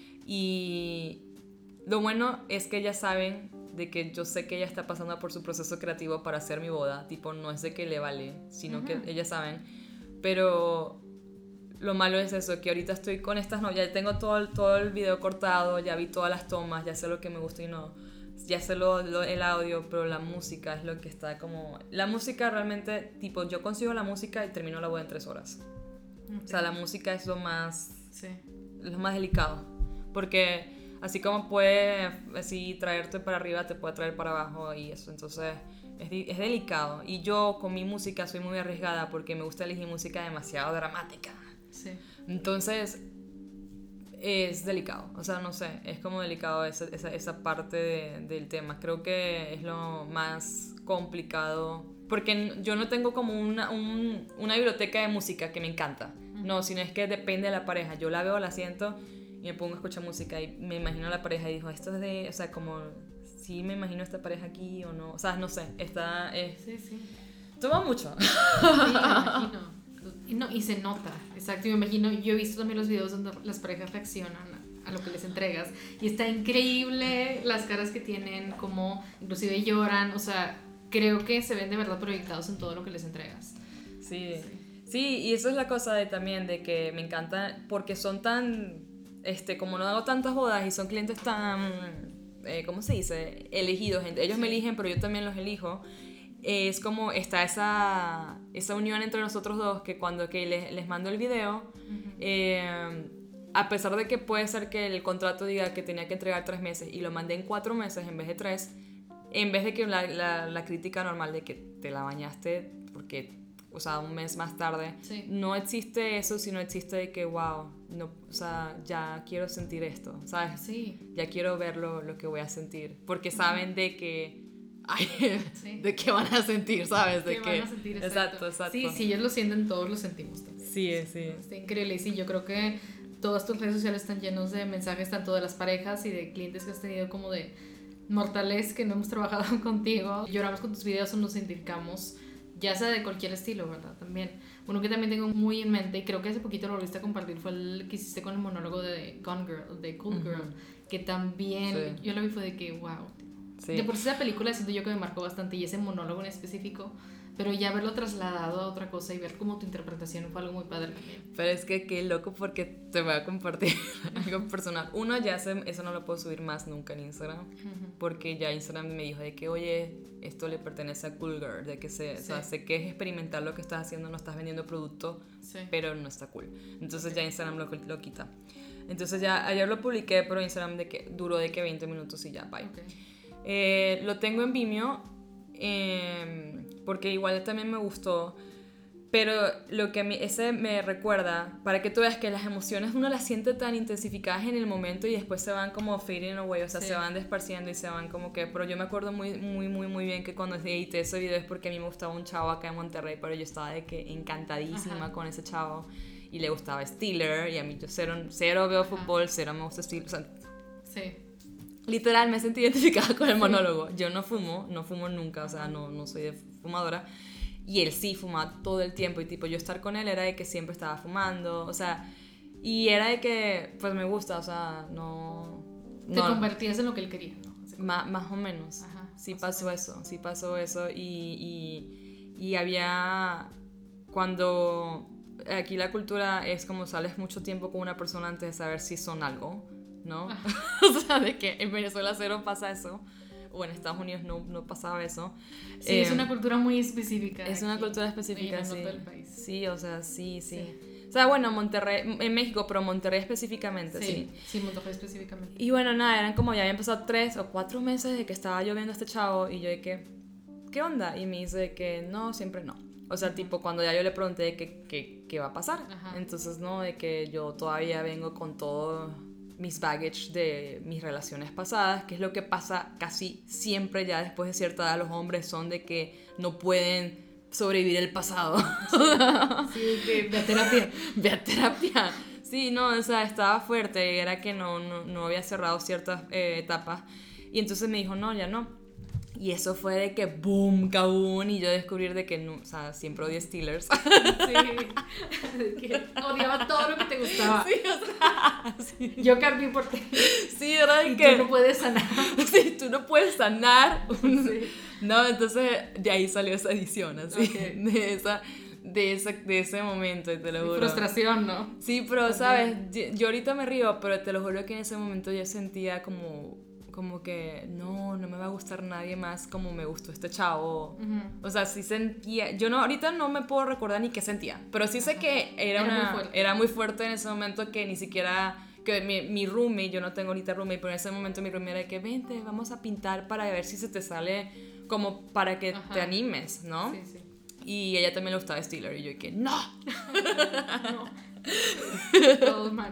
Y lo bueno es que ellas saben de que yo sé que ella está pasando por su proceso creativo para hacer mi boda. Tipo, no es de que le vale, sino uh-huh. que ellas saben. Pero... lo malo es eso, que ahorita estoy con estas novias, ya tengo todo el, todo el video cortado, ya vi todas las tomas, ya sé lo que me gusta y no, ya sé lo, lo, el audio, pero la música es lo que está como... La música realmente, tipo, yo consigo la música y termino la boda en tres horas. Okay. O sea, la música es lo más... Sí. Lo más delicado, porque así como puede así traerte para arriba, te puede traer para abajo y eso, entonces... Es, es delicado. Y yo con mi música soy muy arriesgada porque me gusta elegir música demasiado dramática. Sí. Entonces es delicado, o sea, no sé, es como delicado esa, esa, esa parte de, del tema. Creo que es lo más complicado porque yo no tengo como una, un, una biblioteca de música que me encanta, uh-huh. no, sino es que depende de la pareja. Yo la veo, la siento y me pongo a escuchar música y me imagino a la pareja y digo, esto es de, o sea, como si me imagino a esta pareja aquí o no, o sea, no sé, está, es, sí, sí. Toma mucho. Sí, me imagino. Y, no, y se nota, exacto, yo me imagino, yo he visto también los videos donde las parejas reaccionan a, a lo que les entregas y está increíble las caras que tienen, como inclusive lloran, o sea, creo que se ven de verdad proyectados en todo lo que les entregas. Sí, sí, sí, y eso es la cosa de, también de que me encanta porque son tan, este, como no hago tantas bodas y son clientes tan, eh, ¿cómo se dice? Elegidos, ellos sí. me eligen, pero yo también los elijo. Es como está esa, esa unión entre nosotros dos que cuando que les, les mando el video, uh-huh. eh, a pesar de que puede ser que el contrato diga que tenía que entregar tres meses y lo mandé en cuatro meses en vez de tres, en vez de que la, la, la crítica normal de que te la bañaste porque, o sea, un mes más tarde, sí. no existe eso, sino existe de que, wow, no, o sea, ya quiero sentir esto, ¿sabes? Sí. Ya quiero ver lo, lo que voy a sentir, porque saben de que ay, sí. de qué van a sentir, ¿sabes? De ¿Qué que van a sentir? Exacto. exacto, exacto. Sí, sí, ellos lo sienten, todos lo sentimos también. Sí, sí. Está increíble. Y sí, yo creo que todas tus redes sociales están llenos de mensajes tanto de las parejas y de clientes que has tenido como de mortales que no hemos trabajado contigo. Lloramos con tus videos o nos identificamos, ya sea de cualquier estilo, ¿verdad? También. Uno que también tengo muy en mente y creo que hace poquito lo volviste a compartir fue el que hiciste con el monólogo de Gone Girl, de Cool Girl, uh-huh. que también sí. yo lo vi fue de que wow. Sí. De por sí esa película siento yo que me marcó bastante y ese monólogo en específico, pero ya verlo trasladado a otra cosa y ver como tu interpretación fue algo muy padre también. Pero es que qué loco porque te voy a compartir algo personal. Uno, ya se, eso no lo puedo subir más nunca en Instagram, uh-huh. porque ya Instagram me dijo de que, oye, esto le pertenece a Cool Girl, de que se, sí. o sea, sé que es experimentar lo que estás haciendo, no estás vendiendo producto, sí. pero no está cool. Entonces okay. ya Instagram lo, lo quita. Entonces ya ayer lo publiqué, pero Instagram de que, duró de que veinte minutos y ya, bye. Okay. Eh, lo tengo en Vimeo eh, porque igual también me gustó, pero lo que a mí, ese me recuerda, para que tú veas que las emociones uno las siente tan intensificadas en el momento y después se van como fading away, o sea, sí. se van desparciendo y se van como que, pero yo me acuerdo muy, muy, muy, muy bien que cuando edité ese video es porque a mí me gustaba un chavo acá en Monterrey, pero yo estaba de que encantadísima Ajá. con ese chavo y le gustaba Steelers y a mí yo cero, cero veo Ajá. fútbol, cero me gusta Steelers, o sea, sí. literal me sentí identificada con el monólogo. Yo no fumo, no fumo nunca, o sea, no, no soy de fumadora. Y él sí fumaba todo el tiempo. Y tipo, yo estar con él era de que siempre estaba fumando, o sea, y era de que, pues me gusta, o sea, no... Te no, convertías en lo que él quería, ¿no? Más, más o menos. Ajá, sí pasó eso, sí pasó eso. Y, y, y había... Cuando... Aquí la cultura es como sales mucho tiempo con una persona antes de saber si son algo, ¿no? O sea, de que en Venezuela cero pasa eso, o en Estados Unidos no, no pasaba eso. Sí, eh, es una cultura muy específica. Es una cultura específica, sí. Del país. Sí, o sea, sí, sí, sí. O sea, bueno, Monterrey, en México, pero Monterrey específicamente, sí. Sí, sí, Monterrey específicamente. Y bueno, nada, eran como ya habían pasado tres o cuatro meses de que estaba yo viendo a este chavo y yo de que, ¿qué onda? Y me dice que no, siempre no. O sea, tipo, cuando ya yo le pregunté que, que, qué va a pasar. Ajá. Entonces, no, de que yo todavía vengo con todo mis baggage de mis relaciones pasadas, que es lo que pasa casi siempre ya después de cierta edad. Los hombres son de que no pueden sobrevivir el pasado. Sí, sí, ve a terapia. Ve a terapia. Sí, no, o sea, estaba fuerte, era que no, no, no había cerrado ciertas eh, etapas. Y entonces me dijo, no, ya no. Y eso fue de que boom, kaboom, y yo descubrí de que no, o sea, siempre odié Steelers. Sí, que odiaba todo lo que te gustaba. Sí, o sea, sí. Yo cambié por ti. Sí, ¿verdad? Y que tú no puedes sanar. Sí, tú no puedes sanar. Sí. No, entonces de ahí salió esa edición, así, okay. de esa... De ese, de ese momento, te lo sí, juro. Frustración, ¿no? Sí, pero, ¿sabes? Yo, yo ahorita me río, pero te lo juro que en ese momento yo sentía como... como que no, no me va a gustar nadie más como me gustó este chavo. Uh-huh. O sea, sí sentía, yo no, ahorita no me puedo recordar ni qué sentía, pero sí sé uh-huh. que era, era, una, muy era muy fuerte en ese momento, que ni siquiera, que mi, mi roomie, yo no tengo ahorita roomie, pero en ese momento mi roomie era de que vente, vamos a pintar para ver si se te sale, como para que uh-huh. te animes, ¿no? Sí, sí. Y ella también le gustaba Steelers y yo dije, no. No. Todo mal.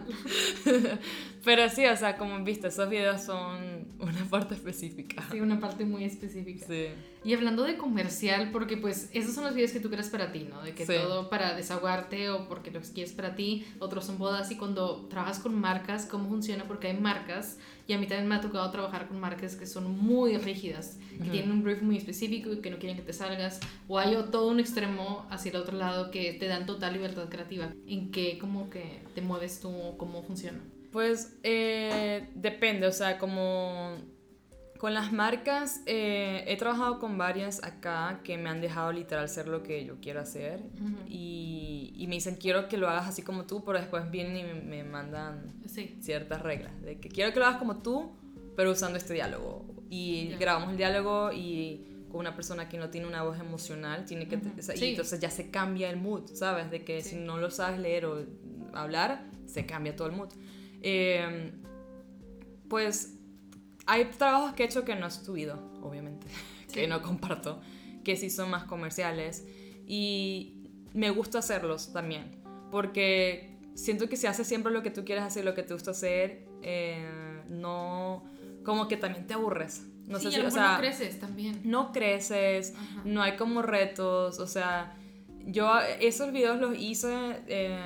Pero sí, o sea, como viste, esos videos son una parte específica. Sí, una parte muy específica. Sí. Y hablando de comercial, porque pues esos son los videos que tú creas para ti, ¿no? De que sí. todo para desahogarte o porque los quieres para ti, otros son bodas. Y cuando trabajas con marcas, ¿cómo funciona? Porque hay marcas, y a mí también me ha tocado trabajar con marcas que son muy rígidas, que uh-huh. tienen un brief muy específico y que no quieren que te salgas, o hay todo un extremo hacia el otro lado que te dan total libertad creativa. ¿En qué como que te mueves tú? ¿Cómo funciona? Pues eh, depende, o sea, como Con las marcas, eh, he trabajado con varias acá que me han dejado literal ser lo que yo quiero hacer. Uh-huh. y, y me dicen, quiero que lo hagas así como tú, pero después vienen y me, me mandan sí. ciertas reglas. De que quiero que lo hagas como tú, pero usando este diálogo. Y yeah. grabamos el diálogo y con una persona que no tiene una voz emocional, tiene que, uh-huh. o sea, sí. y entonces ya se cambia el mood, ¿sabes? De que sí. si no lo sabes leer o hablar, se cambia todo el mood. Eh, pues... Hay trabajos que he hecho que no he subido, obviamente, sí. que no comparto, que sí son más comerciales y me gusta hacerlos también, porque siento que si haces siempre lo que tú quieres hacer, lo que te gusta hacer, eh, no, como que también te aburres. No sí, sé si, o sea, no creces también. No creces, Ajá. no hay como retos, o sea, yo esos videos los hice... Eh,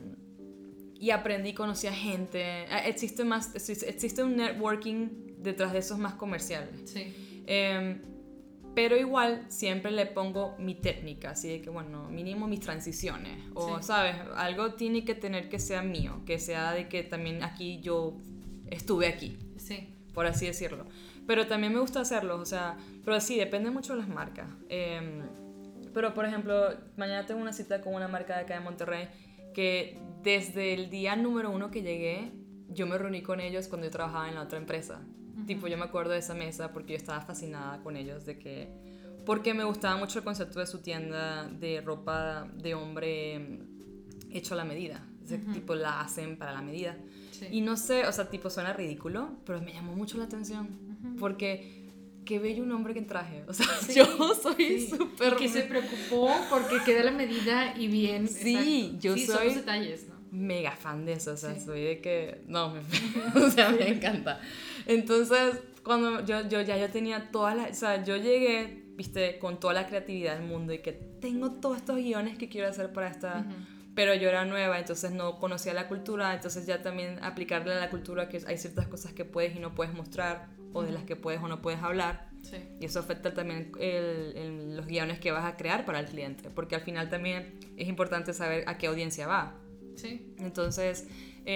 y aprendí, conocí a gente, existe, más, existe un networking detrás de esos más comerciales. Sí. Eh, pero igual siempre le pongo mi técnica, así de que, bueno, mínimo mis transiciones. O, sí. ¿sabes? Algo tiene que tener que sea mío, que sea de que también aquí yo estuve aquí. Sí. Por así decirlo. Pero también me gusta hacerlo, o sea, pero sí, depende mucho de las marcas. Eh, pero, por ejemplo, mañana tengo una cita con una marca de acá de Monterrey que desde el día número uno que llegué, yo me reuní con ellos cuando yo trabajaba en la otra empresa. Uh-huh. Tipo, yo me acuerdo de esa mesa porque yo estaba fascinada con ellos, de que, porque me gustaba mucho el concepto de su tienda de ropa de hombre hecho a la medida. Uh-huh. Tipo, la hacen para la medida. Sí. Y no sé, o sea, tipo, suena ridículo, pero me llamó mucho la atención. Uh-huh. Porque... qué bello un hombre que en traje, o sea, sí, yo soy súper... Sí. Que se preocupó porque quede la medida y bien. Sí, exacto. yo sí, soy... son los detalles, ¿no? Mega fan de eso, o sea, sí. soy de que... No, me, o sea, me encanta. Entonces, cuando yo, yo ya yo tenía todas las... O sea, yo llegué, viste, con toda la creatividad del mundo y que tengo todos estos guiones que quiero hacer para esta... Uh-huh. Pero yo era nueva, entonces no conocía la cultura, entonces ya también aplicarle a la cultura que hay ciertas cosas que puedes y no puedes mostrar, o de las que puedes o no puedes hablar. Sí. Y eso afecta también el, el, los guiones que vas a crear para el cliente, porque al final también es importante saber a qué audiencia va. Sí. Entonces,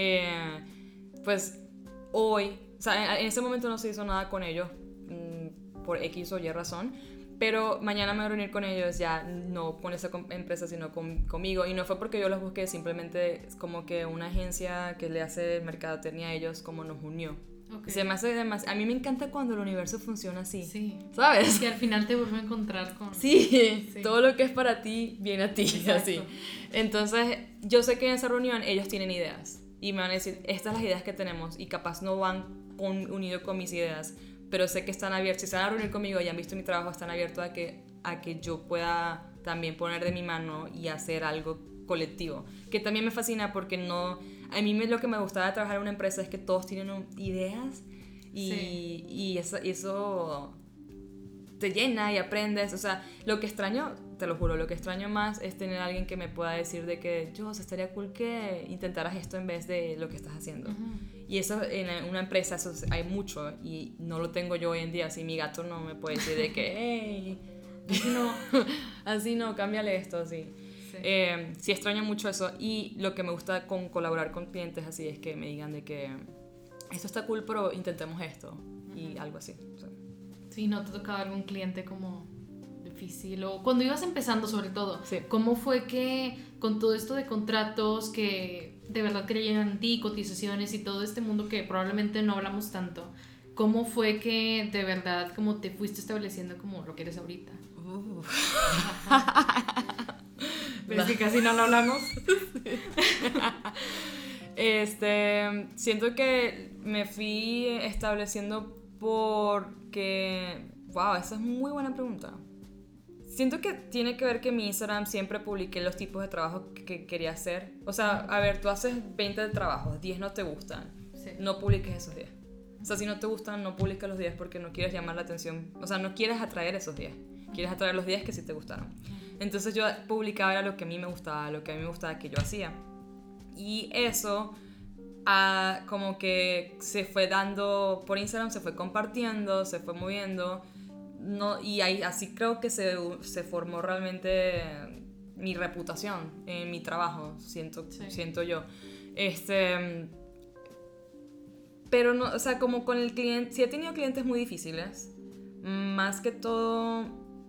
eh, pues hoy, o sea, en ese momento no se hizo nada con ellos mmm, por X o Y razón, pero mañana me voy a reunir con ellos ya no con esa empresa sino con, conmigo, y no fue porque yo los busqué, simplemente es como que una agencia que le hace mercadotecnia a ellos como nos unió. Okay. Se me hace demasiado. A mí me encanta cuando el universo funciona así. Sí. ¿Sabes? Que al final te vuelve a encontrar con... Sí, sí. Todo lo que es para ti viene a ti. Exacto. Así. Entonces, yo sé que en esa reunión ellos tienen ideas y me van a decir, estas son las ideas que tenemos, y capaz no van con, unido con mis ideas, pero sé que están abiertos. Si se van a reunir conmigo y han visto mi trabajo, están abiertos a que, a que yo pueda también poner de mi mano y hacer algo colectivo. Que también me fascina porque no... A mí me, lo que me gustaba de trabajar en una empresa es que todos tienen un, ideas y, sí. y eso, eso te llena y aprendes. O sea, lo que extraño, te lo juro, lo que extraño más es tener a alguien que me pueda decir de que yo, estaría cool que intentaras esto en vez de lo que estás haciendo. Uh-huh. Y eso en una empresa eso hay mucho y no lo tengo yo hoy en día. Así mi gato no me puede decir de que, hey, así no, así no, cámbiale esto, así. Sí. Eh, sí extraño mucho eso, y lo que me gusta con colaborar con clientes así es que me digan de que esto está cool pero intentemos esto. Uh-huh. Y algo así. Sí. Sí, ¿no te tocaba algún cliente como difícil? O cuando ibas empezando sobre todo, sí. ¿Cómo fue que con todo esto de contratos que de verdad creían en ti, cotizaciones y todo este mundo que probablemente no hablamos tanto, cómo fue que de verdad como te fuiste estableciendo como lo que eres ahorita? Uh. ¿Ves que casi no lo hablamos? Sí. Este, siento que me fui estableciendo porque... Wow, esa es muy buena pregunta. Siento que tiene que ver que en mi Instagram siempre publiqué los tipos de trabajo que, que quería hacer. O sea, a ver, tú haces veinte de trabajos, diez no te gustan. Sí. No publiques esos diez. O sea, si no te gustan, no publiques los diez porque no quieres llamar la atención. O sea, no quieres atraer esos diez. Quieres atraer los diez que sí te gustaron. Entonces yo publicaba era lo que a mí me gustaba, lo que a mí me gustaba que yo hacía. Y eso ah, como que se fue dando por Instagram, se fue compartiendo, se fue moviendo. No, y ahí, así creo que se, se formó realmente mi reputación en mi trabajo, siento, sí. siento yo. Este, pero no, o sea, como con el cliente, sí he tenido clientes muy difíciles, más que todo,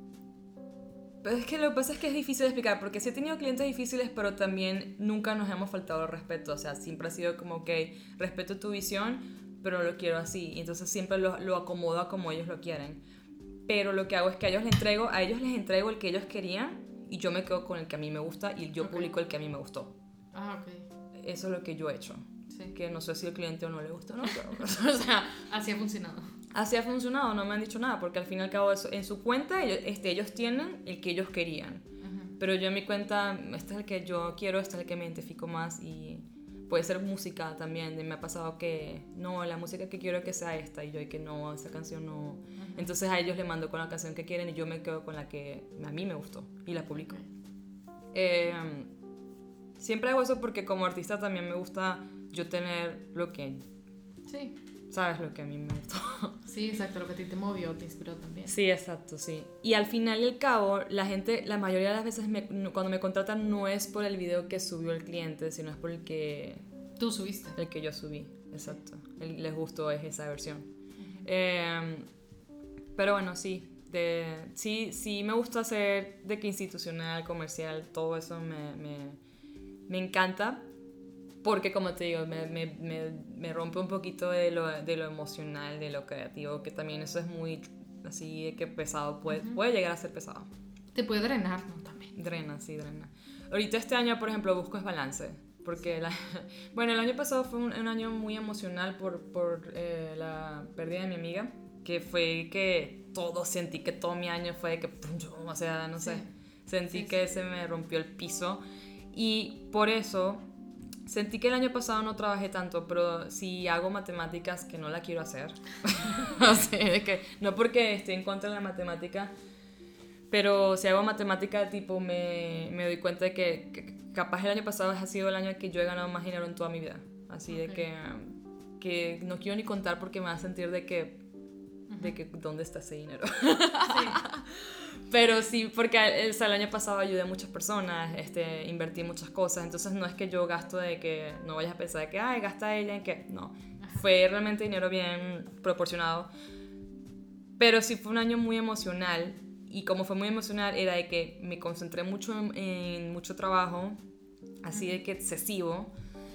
pero es que lo que pasa es que es difícil de explicar, porque sí he tenido clientes difíciles, pero también nunca nos hemos faltado el respeto, o sea, siempre ha sido como, ok, respeto tu visión, pero lo quiero así, y entonces siempre lo, lo acomodo a como ellos lo quieren, pero lo que hago es que a ellos les entrego, a ellos les entrego el que ellos querían, y yo me quedo con el que a mí me gusta, y yo okay. publico el que a mí me gustó. Ah, ok. Eso es lo que yo he hecho. Sí. Que no sé si al cliente o no le gusta o no, pero, o sea, así ha funcionado. Así ha funcionado, no me han dicho nada, porque al fin y al cabo eso, en su cuenta ellos, este, ellos tienen el que ellos querían. Uh-huh. Pero yo en mi cuenta, este es el que yo quiero, este es el que me identifico más, y puede ser música también. Me ha pasado que no, la música que quiero que sea esta, y yo y que no, esa canción no. Uh-huh. Entonces a ellos les mando con la canción que quieren y yo me quedo con la que a mí me gustó y la publico. Okay. Eh, siempre hago eso porque como artista también me gusta yo tener lo que... Sí. ¿Sabes? Lo que a mí me gustó. Sí, exacto, lo que a ti te movió, te inspiró también. Sí, exacto, sí. Y al final y al cabo, la gente, la mayoría de las veces me, cuando me contratan no es por el video que subió el cliente, sino es por el que... Tú subiste. El que yo subí, exacto. El, les gustó es esa versión. Uh-huh. Eh, pero bueno, sí. De, sí, sí me gusta hacer de que institucional, comercial, todo eso me, me, me encanta. Porque como te digo, me, me, me, me rompe un poquito de lo, de lo emocional, de lo creativo, que también eso es muy así de que pesado, puede, uh-huh. puede llegar a ser pesado. Te puede drenar, ¿no? También. Drena, sí, drena. Ahorita este año, por ejemplo, busco es balance, porque la, bueno, el año pasado fue un, un año muy emocional por, por eh, la pérdida de mi amiga, que fue que todo, sentí que todo mi año fue que, o sea, no sé, sí. sentí sí, que sí. se me rompió el piso, y por eso... Sentí que el año pasado no trabajé tanto, pero si hago matemáticas que no la quiero hacer. O sea, es que no porque esté en contra de la matemática, pero si hago matemática, tipo, me, me doy cuenta de que, que capaz el año pasado ha sido el año en que yo he ganado más dinero en toda mi vida. Así okay. de que, que no quiero ni contar porque me va a sentir de que, uh-huh. de que ¿dónde está ese dinero? Sí. Pero sí, porque o sea, el año pasado ayudé a muchas personas, este, invertí en muchas cosas, entonces no es que yo gasto de que, no vayas a pensar de que, ay, gasta ella en que, no, fue realmente dinero bien proporcionado, pero sí fue un año muy emocional, y como fue muy emocional era de que me concentré mucho en, en mucho trabajo, así de que excesivo,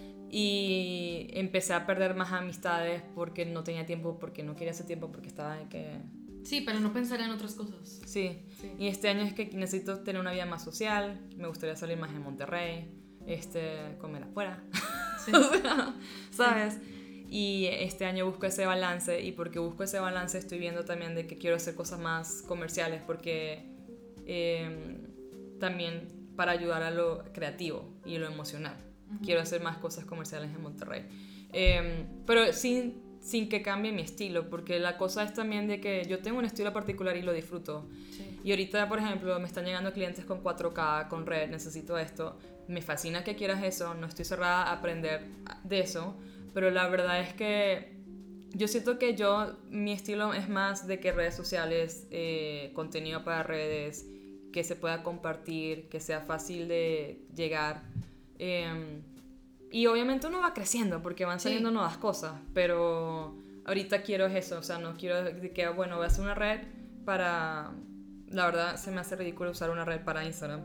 y empecé a perder más amistades porque no tenía tiempo, porque no quería hacer tiempo, porque estaba de que... Sí, pero no pensar en otras cosas. Sí. sí, y este año es que necesito tener una vida más social, me gustaría salir más en Monterrey, este, comer afuera, sí. O sea, ¿sabes? Sí. Y este año busco ese balance, y porque busco ese balance estoy viendo también de que quiero hacer cosas más comerciales, porque eh, también para ayudar a lo creativo y lo emocional. Uh-huh. Quiero hacer más cosas comerciales en Monterrey. Eh, pero sin... sin que cambie mi estilo, porque la cosa es también de que yo tengo un estilo particular y lo disfruto. Sí. Y ahorita, por ejemplo, me están llegando clientes con cuatro K, con red, necesito esto. Me fascina que quieras eso, no estoy cerrada a aprender de eso, pero la verdad es que yo siento que yo, mi estilo es más de que redes sociales, eh, contenido para redes, que se pueda compartir, que sea fácil de llegar. Eh, Y obviamente uno va creciendo porque van saliendo sí. nuevas cosas, pero ahorita quiero eso, o sea, no quiero que, bueno, voy a hacer una red para... La verdad, se me hace ridículo usar una red para Instagram,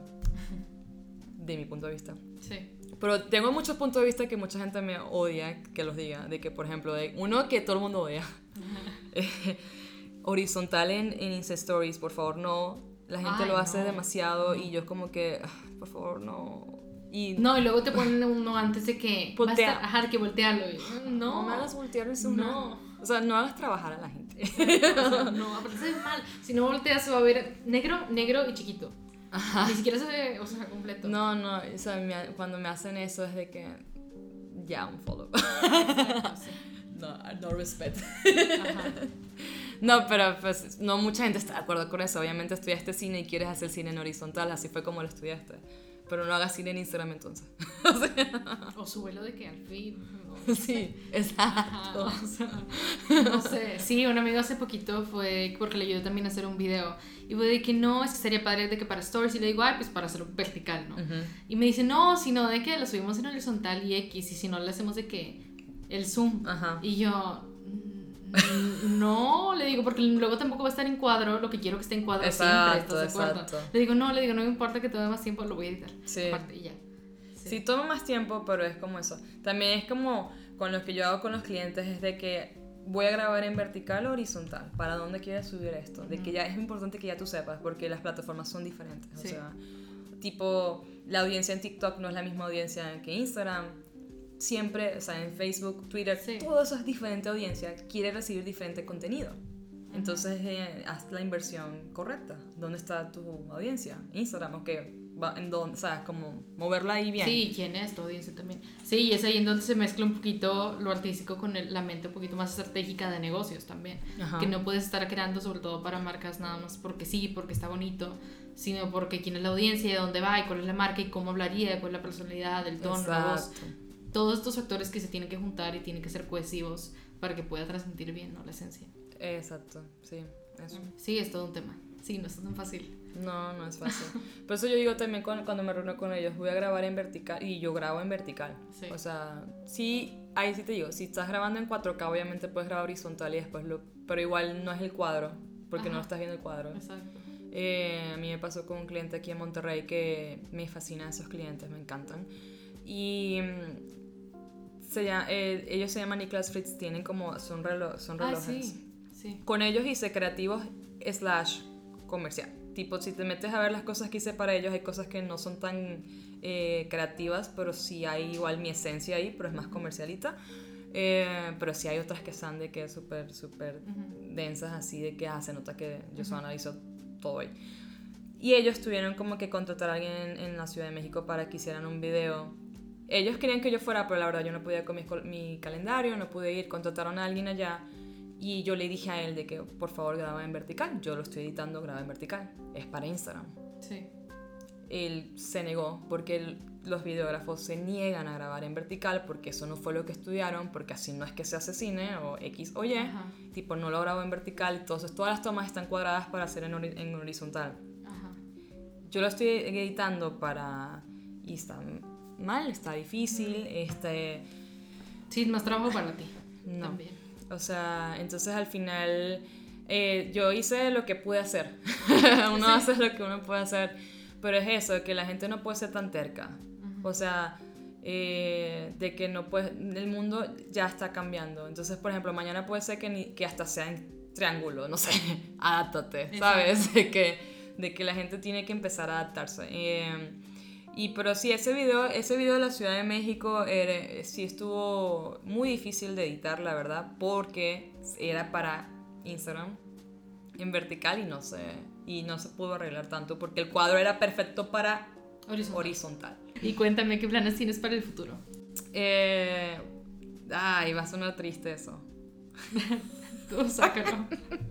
de mi punto de vista. Sí. Pero tengo muchos puntos de vista que mucha gente me odia que los diga, de que, por ejemplo, de uno que todo el mundo odia. Horizontal en, en Insta Stories, por favor, no. La gente Ay, lo hace no. demasiado no. y yo como que, por favor, no... Y no, y luego te ponen uno antes de que voltea. Vas a dejar que voltearlo. Y, no, no me hagas voltear eso. No. O sea, no hagas trabajar a la gente. O sea, no, aparte es mal. Si no volteas se va a ver negro, negro y chiquito. Ajá. Ni siquiera se ve, o sea, completo. No, no, o sea, me, cuando me hacen eso es de que ya, un follow. Exacto, sí. No, no respect. Ajá. No, pero pues no mucha gente está de acuerdo con eso. Obviamente estudiaste cine y quieres hacer cine en horizontal, así fue como lo estudiaste. Pero no hagas cine en Instagram entonces. O sea, o súbelo de que al fin. No sí, sé. Exacto. Ajá, o sea, no sé. Sí, un amigo hace poquito fue porque le ayudé también a hacer un video. Y fue de que no, es que sería padre de que para stories. Y le digo, ay, pues para hacerlo vertical, ¿no? Uh-huh. Y me dice, no, sino de que lo subimos en horizontal y X. Y si no, lo hacemos de que el Zoom. Ajá. Y yo, no, le digo, porque luego tampoco va a estar en cuadro lo que quiero que esté en cuadro exacto, siempre, ¿estás de acuerdo? Exacto. Le digo, no, le digo, no me importa que tome más tiempo, lo voy a editar. Sí. Aparte, y ya. Sí. Sí, toma más tiempo, pero es como eso. También es como con lo que yo hago con los clientes, es de que voy a grabar en vertical o horizontal. ¿Para dónde quieres subir esto? De que ya es importante que ya tú sepas, porque las plataformas son diferentes. Sí. O sea, tipo, la audiencia en TikTok no es la misma audiencia que Instagram. Siempre, o sea, en Facebook, Twitter, sí. todo eso es diferente audiencia. Quiere recibir diferente contenido. Entonces, eh, haz la inversión correcta. ¿Dónde está tu audiencia? Instagram, ok. En donde, o sea, como moverla ahí bien. Sí, ¿quién es tu audiencia también? Sí, y es ahí en donde se mezcla un poquito lo artístico con el, la mente un poquito más estratégica de negocios también. Ajá. Que no puedes estar creando sobre todo para marcas nada más porque sí, porque está bonito, sino porque quién es la audiencia, de dónde va, y cuál es la marca, y cómo hablaría, después la personalidad, el tono, exacto. la voz. Todos estos factores que se tienen que juntar y tienen que ser cohesivos para que pueda transmitir bien, ¿no? La esencia. Exacto, sí, eso. Sí, es todo un tema. Sí, no es tan fácil. No, no es fácil. Por eso yo digo también cuando, cuando me reúno con ellos, voy a grabar en vertical, y yo grabo en vertical. Sí. O sea, sí, ahí sí te digo, si estás grabando en cuatro K, obviamente puedes grabar horizontal y después lo... Pero igual no es el cuadro, porque Ajá. no estás viendo el cuadro. Exacto. Eh, a mí me pasó con un cliente aquí en Monterrey que me fascinan esos clientes, me encantan. Y... Se llama, eh, ellos se llaman Niklas Fritz, tienen como, son, relo, son relojes. Ah, sí, sí. Con ellos hice creativos slash comercial. Tipo, si te metes a ver las cosas que hice para ellos, hay cosas que no son tan eh, creativas, pero sí hay igual mi esencia ahí, pero es más comercialita. Eh, pero sí hay otras que están de que súper, súper uh-huh. densas, así de que ah, se nota que Josuana uh-huh. hizo todo ahí. Y ellos tuvieron como que contratar a alguien en, en la Ciudad de México para que hicieran un video. Ellos querían que yo fuera, pero la verdad yo no podía con mi, mi calendario, no pude ir, contrataron a alguien allá y yo le dije a él de que por favor graba en vertical, yo lo estoy editando, graba en vertical, es para Instagram. Sí. Él se negó porque él, los videógrafos se niegan a grabar en vertical porque eso no fue lo que estudiaron, porque así no es que se hace cine o X o Y, Ajá. tipo no lo grabo en vertical, entonces todas las tomas están cuadradas para hacer en, ori- en horizontal. Ajá. Yo lo estoy editando para Instagram. Mal, está difícil, este... Sí, es más trabajo para ti. No. También. O sea, entonces al final eh, yo hice lo que pude hacer. uno sí. hace lo que uno puede hacer, pero es eso, que la gente no puede ser tan terca. Uh-huh. O sea, eh, de que no puede... El mundo ya está cambiando. Entonces, por ejemplo, mañana puede ser que, ni, que hasta sea en triángulo, no sé, adáptate, ¿sabes? De que, de que la gente tiene que empezar a adaptarse. Eh, Y pero sí, ese video, ese video de la Ciudad de México era, sí estuvo muy difícil de editar, la verdad, porque era para Instagram en vertical y no se, y no se pudo arreglar tanto porque el cuadro era perfecto para horizontal. horizontal. Y cuéntame, ¿qué planes tienes para el futuro? Eh, ay, va a sonar triste eso. Tú sácalo.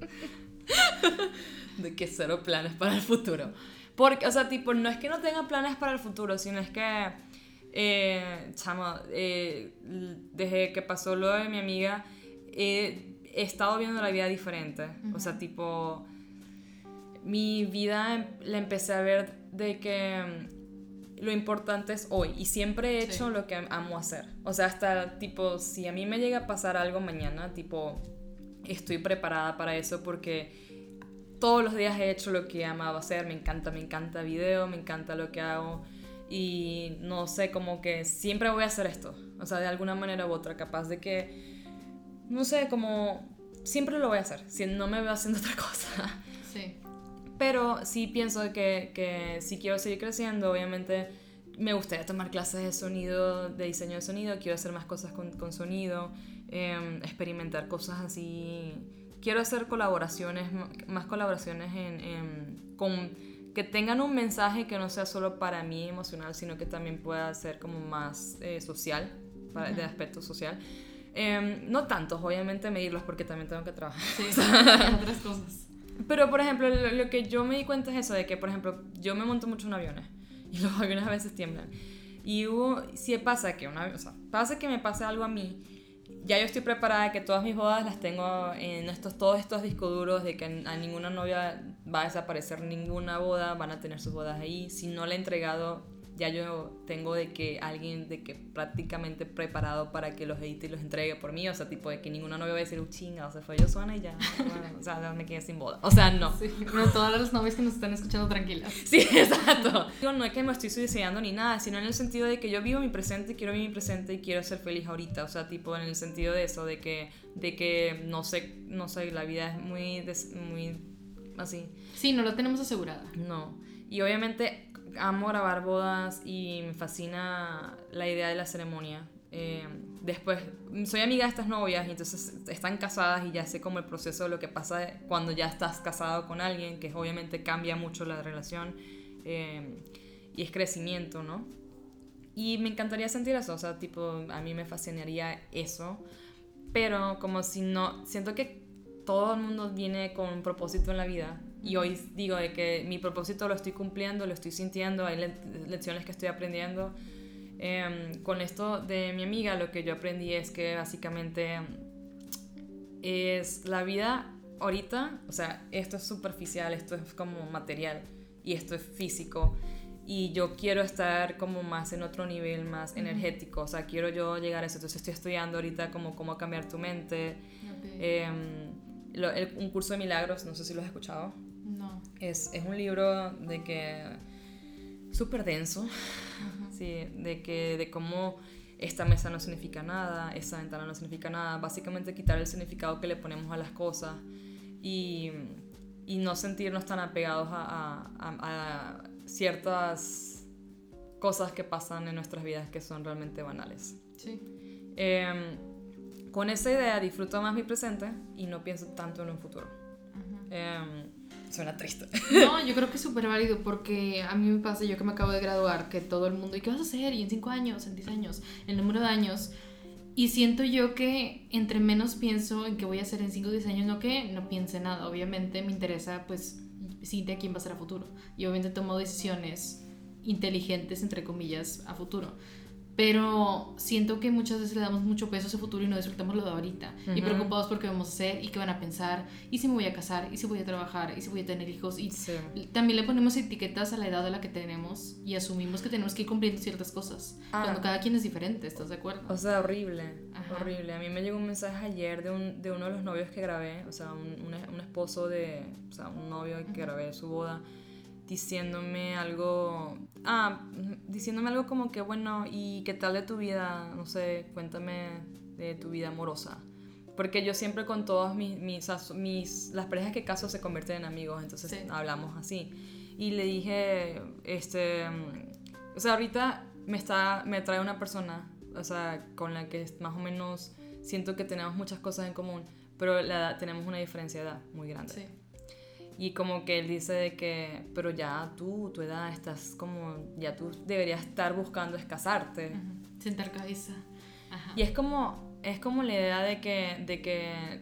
De que cero planes para el futuro. Porque, o sea, tipo, no es que no tenga planes para el futuro, sino es que, eh, chamo, eh, desde que pasó lo de mi amiga, eh, he estado viendo la vida diferente. Uh-huh. O sea, tipo, mi vida la empecé a ver de que lo importante es hoy. Y siempre he hecho sí. lo que amo hacer. O sea, hasta, tipo, si a mí me llega a pasar algo mañana, tipo, estoy preparada para eso porque... Todos los días he hecho lo que amaba hacer, me encanta, me encanta video, me encanta lo que hago y no sé, como que siempre voy a hacer esto, o sea, de alguna manera u otra, capaz de que, no sé, como siempre lo voy a hacer, si no me veo haciendo otra cosa. Sí. Pero sí pienso que, que si quiero seguir creciendo, obviamente me gustaría tomar clases de sonido, de diseño de sonido, quiero hacer más cosas con, con sonido, eh, experimentar cosas así... Quiero hacer colaboraciones, más colaboraciones en, en, con, que tengan un mensaje que no sea solo para mí emocional, sino que también pueda ser como más eh, social, para, uh-huh. de aspecto social. Eh, no tantos, obviamente medirlos porque también tengo que trabajar. Sí, otras cosas. Pero, por ejemplo, lo, lo que yo me di cuenta es eso, de que, por ejemplo, yo me monto mucho en aviones y los aviones a veces tiemblan. Y hubo, si pasa que, una, o sea, pasa que me pase algo a mí, ya yo estoy preparada, que todas mis bodas las tengo en estos, todos estos discos duros, de que a ninguna novia va a desaparecer ninguna boda, van a tener sus bodas ahí. Si no le he entregado, ya yo tengo de que alguien de que prácticamente preparado para que los edite y los entregue por mí, o sea, tipo de que ninguna novia va a decir, uh, chinga, o sea, fue Josuana y ya, bueno, o sea, ya me quedé sin boda, o sea, no. Sí, no, todas las novias que nos están escuchando tranquilas. Sí, exacto. Digo, no es que me estoy suicidando ni nada, sino en el sentido de que yo vivo mi presente, quiero vivir mi presente y quiero ser feliz ahorita, o sea, tipo en el sentido de eso, de que, de que no sé, no sé, la vida es muy, des, muy así. Sí, no la tenemos asegurada. No, y obviamente amo grabar bodas y me fascina la idea de la ceremonia. Eh, después, soy amiga de estas novias y entonces están casadas y ya sé como el proceso de lo que pasa cuando ya estás casado con alguien, que obviamente cambia mucho la relación eh, y es crecimiento, ¿no? Y me encantaría sentir eso, o sea, tipo, a mí me fascinaría eso, pero como si no, siento que todo el mundo viene con un propósito en la vida. Y hoy digo de que mi propósito lo estoy cumpliendo, lo estoy sintiendo, hay le lecciones que estoy aprendiendo. Eh, con esto de mi amiga, lo que yo aprendí es que básicamente es la vida ahorita, o sea, esto es superficial, esto es como material y esto es físico. Y yo quiero estar como más en otro nivel, más uh-huh. energético, o sea, quiero yo llegar a eso. Entonces estoy estudiando ahorita como cómo cambiar tu mente. Okay. Eh, lo, el, un curso de milagros, no sé si lo has escuchado. No. Es, es un libro de que súper denso, uh-huh. sí, de que de cómo esta mesa no significa nada, esa ventana no significa nada, básicamente quitar el significado que le ponemos a las cosas y, y no sentirnos tan apegados a, a, a, a ciertas cosas que pasan en nuestras vidas que son realmente banales. Sí. Eh, con esa idea disfruto más mi presente y no pienso tanto en un futuro. Uh-huh. eh, Suena triste. No, yo creo que es súper válido porque a mí me pasa, yo que me acabo de graduar, que todo el mundo, ¿y qué vas a hacer? Y en cinco años, en diez años, el número de años. Y siento yo que entre menos pienso en qué voy a hacer en cinco o diez años, no que no piense nada. Obviamente me interesa, pues, sí, de quién va a ser a futuro. Y obviamente tomo decisiones inteligentes, entre comillas, a futuro. Pero siento que muchas veces le damos mucho peso a ese futuro y no disfrutamos lo de ahorita. Uh-huh. Y preocupados por qué vamos a hacer y qué van a pensar. Y si me voy a casar, y si voy a trabajar, y si voy a tener hijos. Y sí. También le ponemos etiquetas a la edad a la que tenemos y asumimos que tenemos que ir cumpliendo ciertas cosas. Ah. Cuando cada quien es diferente, ¿estás de acuerdo? O sea, horrible. Ajá. Horrible. A mí me llegó un mensaje ayer de, un, de uno de los novios que grabé. O sea, un, un, un esposo de... O sea, un novio que uh-huh. grabé su boda. Diciéndome algo, ah, diciéndome algo como que, bueno, ¿y qué tal de tu vida? No sé, cuéntame de tu vida amorosa. Porque yo siempre con todas mis, mis, mis las parejas que caso se convierten en amigos, entonces sí. hablamos así. Y le dije, este, o sea, ahorita me, está, me trae una persona, o sea, con la que más o menos siento que tenemos muchas cosas en común, pero la edad, tenemos una diferencia de edad muy grande. Sí. Y como que él dice de que, pero ya tú, tu edad, estás como, ya tú deberías estar buscando es casarte. Uh-huh. Sentar cabeza. Ajá. Y es como, es como la idea de que, de que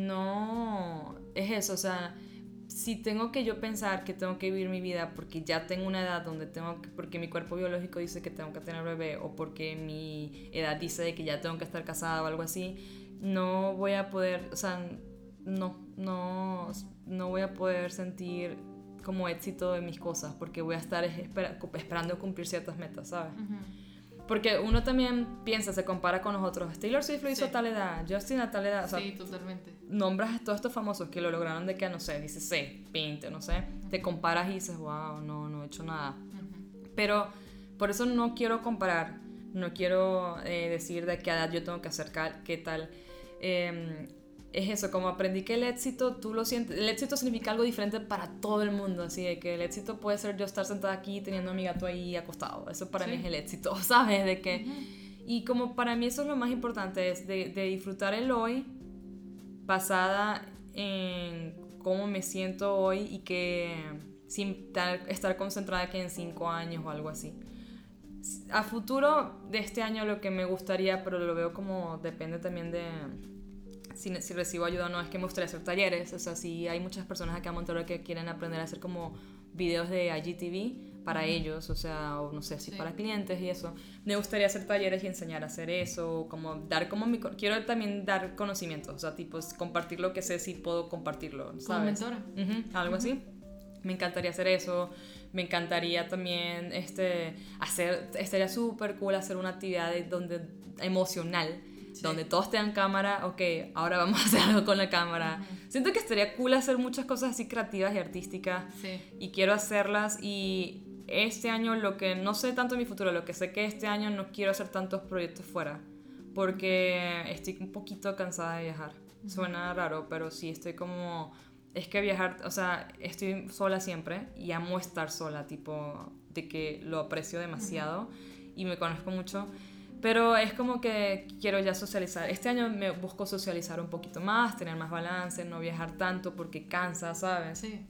no, es eso, o sea, si tengo que yo pensar que tengo que vivir mi vida porque ya tengo una edad donde tengo que, porque mi cuerpo biológico dice que tengo que tener bebé o porque mi edad dice de que ya tengo que estar casada o algo así, no voy a poder, o sea, no, no, no voy a poder sentir como éxito de mis cosas porque voy a estar esper- esperando cumplir ciertas metas, ¿sabes? Uh-huh. Porque uno también piensa, se compara con los otros. Taylor Swift lo hizo sí. a tal edad, Justin a tal edad. O sea, sí, totalmente. Nombras a todos estos famosos que lo lograron de que, no sé, dieciséis, veinte, no sé. Uh-huh. Te comparas y dices, wow, no, no he hecho nada. Uh-huh. Pero por eso no quiero comparar, no quiero eh, decir de qué edad yo tengo que hacer qué tal. Eh, Es eso, como aprendí que el éxito, tú lo sientes, el éxito significa algo diferente para todo el mundo, así de que el éxito puede ser yo estar sentada aquí teniendo a mi gato ahí acostado, eso para sí. mí es el éxito, ¿sabes? De que, uh-huh. Y como para mí eso es lo más importante, es de, de disfrutar el hoy, basada en cómo me siento hoy y que sin tar, estar concentrada que en cinco años o algo así. A futuro de este año lo que me gustaría, pero lo veo como depende también de... Si, si recibo ayuda o no, es que me gustaría hacer talleres. O sea, si hay muchas personas acá en Monterrey que quieren aprender a hacer como videos de I G T V para uh-huh. ellos, o sea, o no sé, si sí. para clientes y eso. Me gustaría hacer talleres y enseñar a hacer eso, como dar como mi... Quiero también dar conocimiento, o sea, tipo, compartir lo que sé si puedo compartirlo, ¿sabes? Como mentora. Uh-huh, algo uh-huh. así. Me encantaría hacer eso. Me encantaría también este, hacer, estaría súper cool hacer una actividad de, donde, emocional, sí. donde todos tengan cámara, ok, ahora vamos a hacer algo con la cámara. Uh-huh. Siento que estaría cool hacer muchas cosas así creativas y artísticas, sí. y quiero hacerlas, y este año lo que, no sé tanto en mi futuro, lo que sé que este año no quiero hacer tantos proyectos fuera, porque estoy un poquito cansada de viajar. Uh-huh. Suena raro, pero sí estoy como... Es que viajar, o sea, estoy sola siempre y amo estar sola, tipo, de que lo aprecio demasiado uh-huh. y me conozco mucho, pero es como que quiero ya socializar. Este año me busco socializar un poquito más, tener más balance, no viajar tanto porque cansa, ¿sabes? Sí.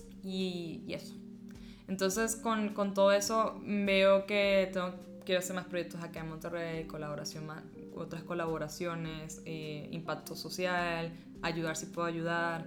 Y, y eso. Entonces, con, con todo eso, veo que tengo, quiero hacer más proyectos acá en Monterrey, colaboración más, otras colaboraciones, eh, impacto social, ayudar si puedo ayudar.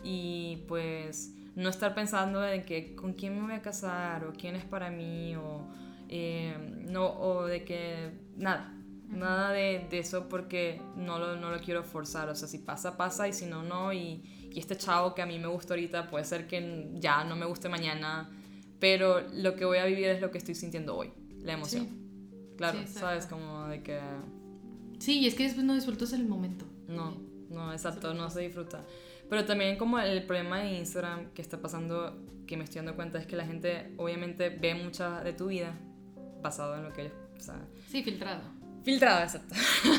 Y pues no estar pensando en que con quién me voy a casar o quién es para mí o, eh, no, o de que nada, uh-huh. nada de, de eso, porque no lo, no lo quiero forzar. O sea, si pasa, pasa, y si no, no. Y, y este chavo que a mí me gusta ahorita puede ser que ya no me guste mañana, pero lo que voy a vivir es lo que estoy sintiendo hoy, la emoción. Sí. Claro, sí, ¿sabes? Como de que... Sí, y es que después no disfrutas el momento. No, no, exacto, no se disfruta. Pero también como el problema de Instagram que está pasando, que me estoy dando cuenta, es que la gente obviamente ve mucha de tu vida basado en lo que ellos, o sea... Sí, filtrado. Filtrado, exacto.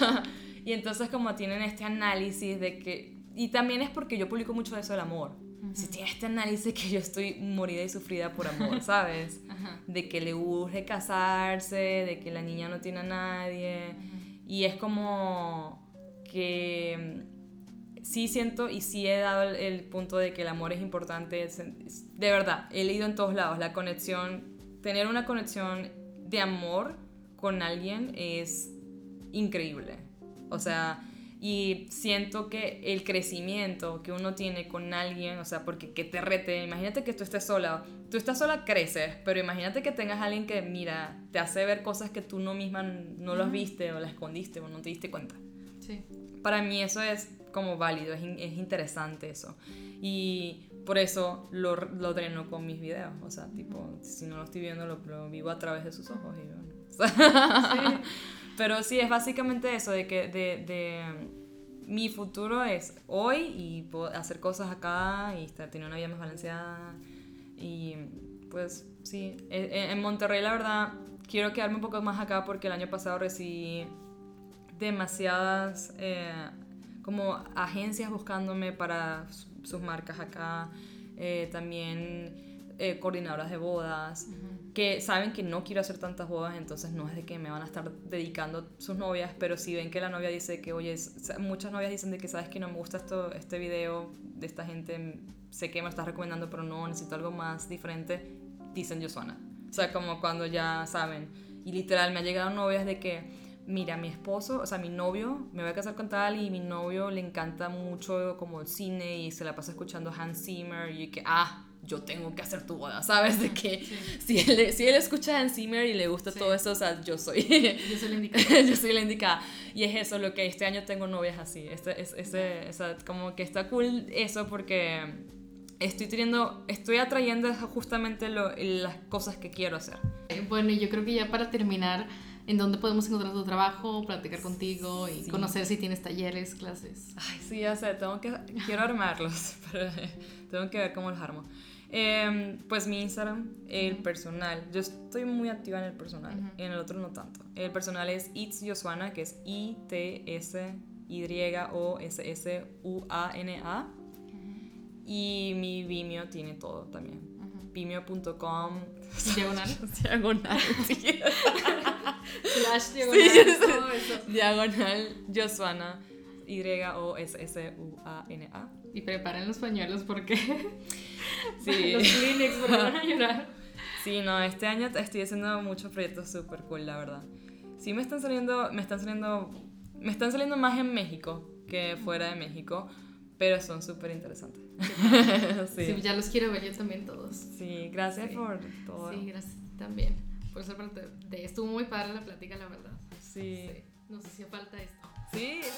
Y entonces como tienen este análisis de que... Y también es porque yo publico mucho de eso del amor. Uh-huh. Si tiene este análisis que yo estoy morida y sufrida por amor, ¿sabes? Uh-huh. De que le urge casarse, de que la niña no tiene a nadie. Uh-huh. Y es como que... Sí siento y sí he dado el, el punto de que el amor es importante. Es, es, de verdad, he leído en todos lados. La conexión, tener una conexión de amor con alguien es increíble. O sea, y siento que el crecimiento que uno tiene con alguien, o sea, porque que te rete, imagínate que tú estés sola. Tú estás sola, creces, pero imagínate que tengas a alguien que, mira, te hace ver cosas que tú no misma no las viste o las escondiste o no te diste cuenta. Sí. Para mí eso es como válido, es, es interesante eso, y por eso lo, lo dreno con mis videos, o sea, tipo, si no lo estoy viendo, lo, lo vivo a través de sus ojos y bueno. Sí. Pero sí, es básicamente eso, de que de, de, mi futuro es hoy y puedo hacer cosas acá y estar, tener una vida más balanceada, y pues sí, en, en Monterrey la verdad quiero quedarme un poco más acá porque el año pasado recibí demasiadas eh, como agencias buscándome para sus marcas acá, eh, también eh, coordinadoras de bodas, uh-huh. que saben que no quiero hacer tantas bodas, entonces no es de que me van a estar dedicando sus novias, pero si ven que la novia dice que, oye, muchas novias dicen de que sabes que no me gusta esto, este video de esta gente, sé que me lo estás recomendando, pero no, necesito algo más diferente, dicen Josuana. O sea, como cuando ya saben, y literal me han llegado novias de que, mira, mi esposo, o sea, mi novio, me voy a casar con tal y mi novio le encanta mucho como el cine y se la pasa escuchando Hans Zimmer, y que, ah, yo tengo que hacer tu boda, ¿sabes? De que sí. si, él, si él escucha Hans Zimmer y le gusta sí. todo eso, o sea, yo soy... Yo soy la indicada. Yo soy la indicada. Y es eso, lo que este año tengo novias así. Este, es, ese, o sea, como que está cool eso porque estoy teniendo, estoy atrayendo justamente lo, las cosas que quiero hacer. Bueno, yo creo que ya para terminar... ¿En dónde podemos encontrar tu trabajo, platicar contigo y sí. conocer si tienes talleres, clases? Ay, sí, ya sé, tengo que, quiero armarlos, pero tengo que ver cómo los armo. Eh, pues mi Instagram, el uh-huh. personal, yo estoy muy activa en el personal, uh-huh. en el otro no tanto. El personal es It's Josuana, que es I T S Y O S S U A N A, uh-huh. y mi Vimeo tiene todo también. Uh-huh. Vimeo punto com Diagonal. Diagonal, sí. Slash diagonal, sí, todo eso. Diagonal Josuana, Y O S S U A N A. Y preparen los pañuelos porque sí. los Kleenex porque van a llorar. Sí, no, este año estoy haciendo muchos proyectos súper cool, la verdad. Sí me están saliendo, me están saliendo, me están saliendo más en México que fuera de México, pero son súper interesantes. Sí. Sí, ya los quiero ver yo también todos. Sí, gracias sí. por todo. Sí, gracias también. Por ser parte de, estuvo muy padre la plática, la verdad. Sí. Sí. Nos hacía falta esto. Sí.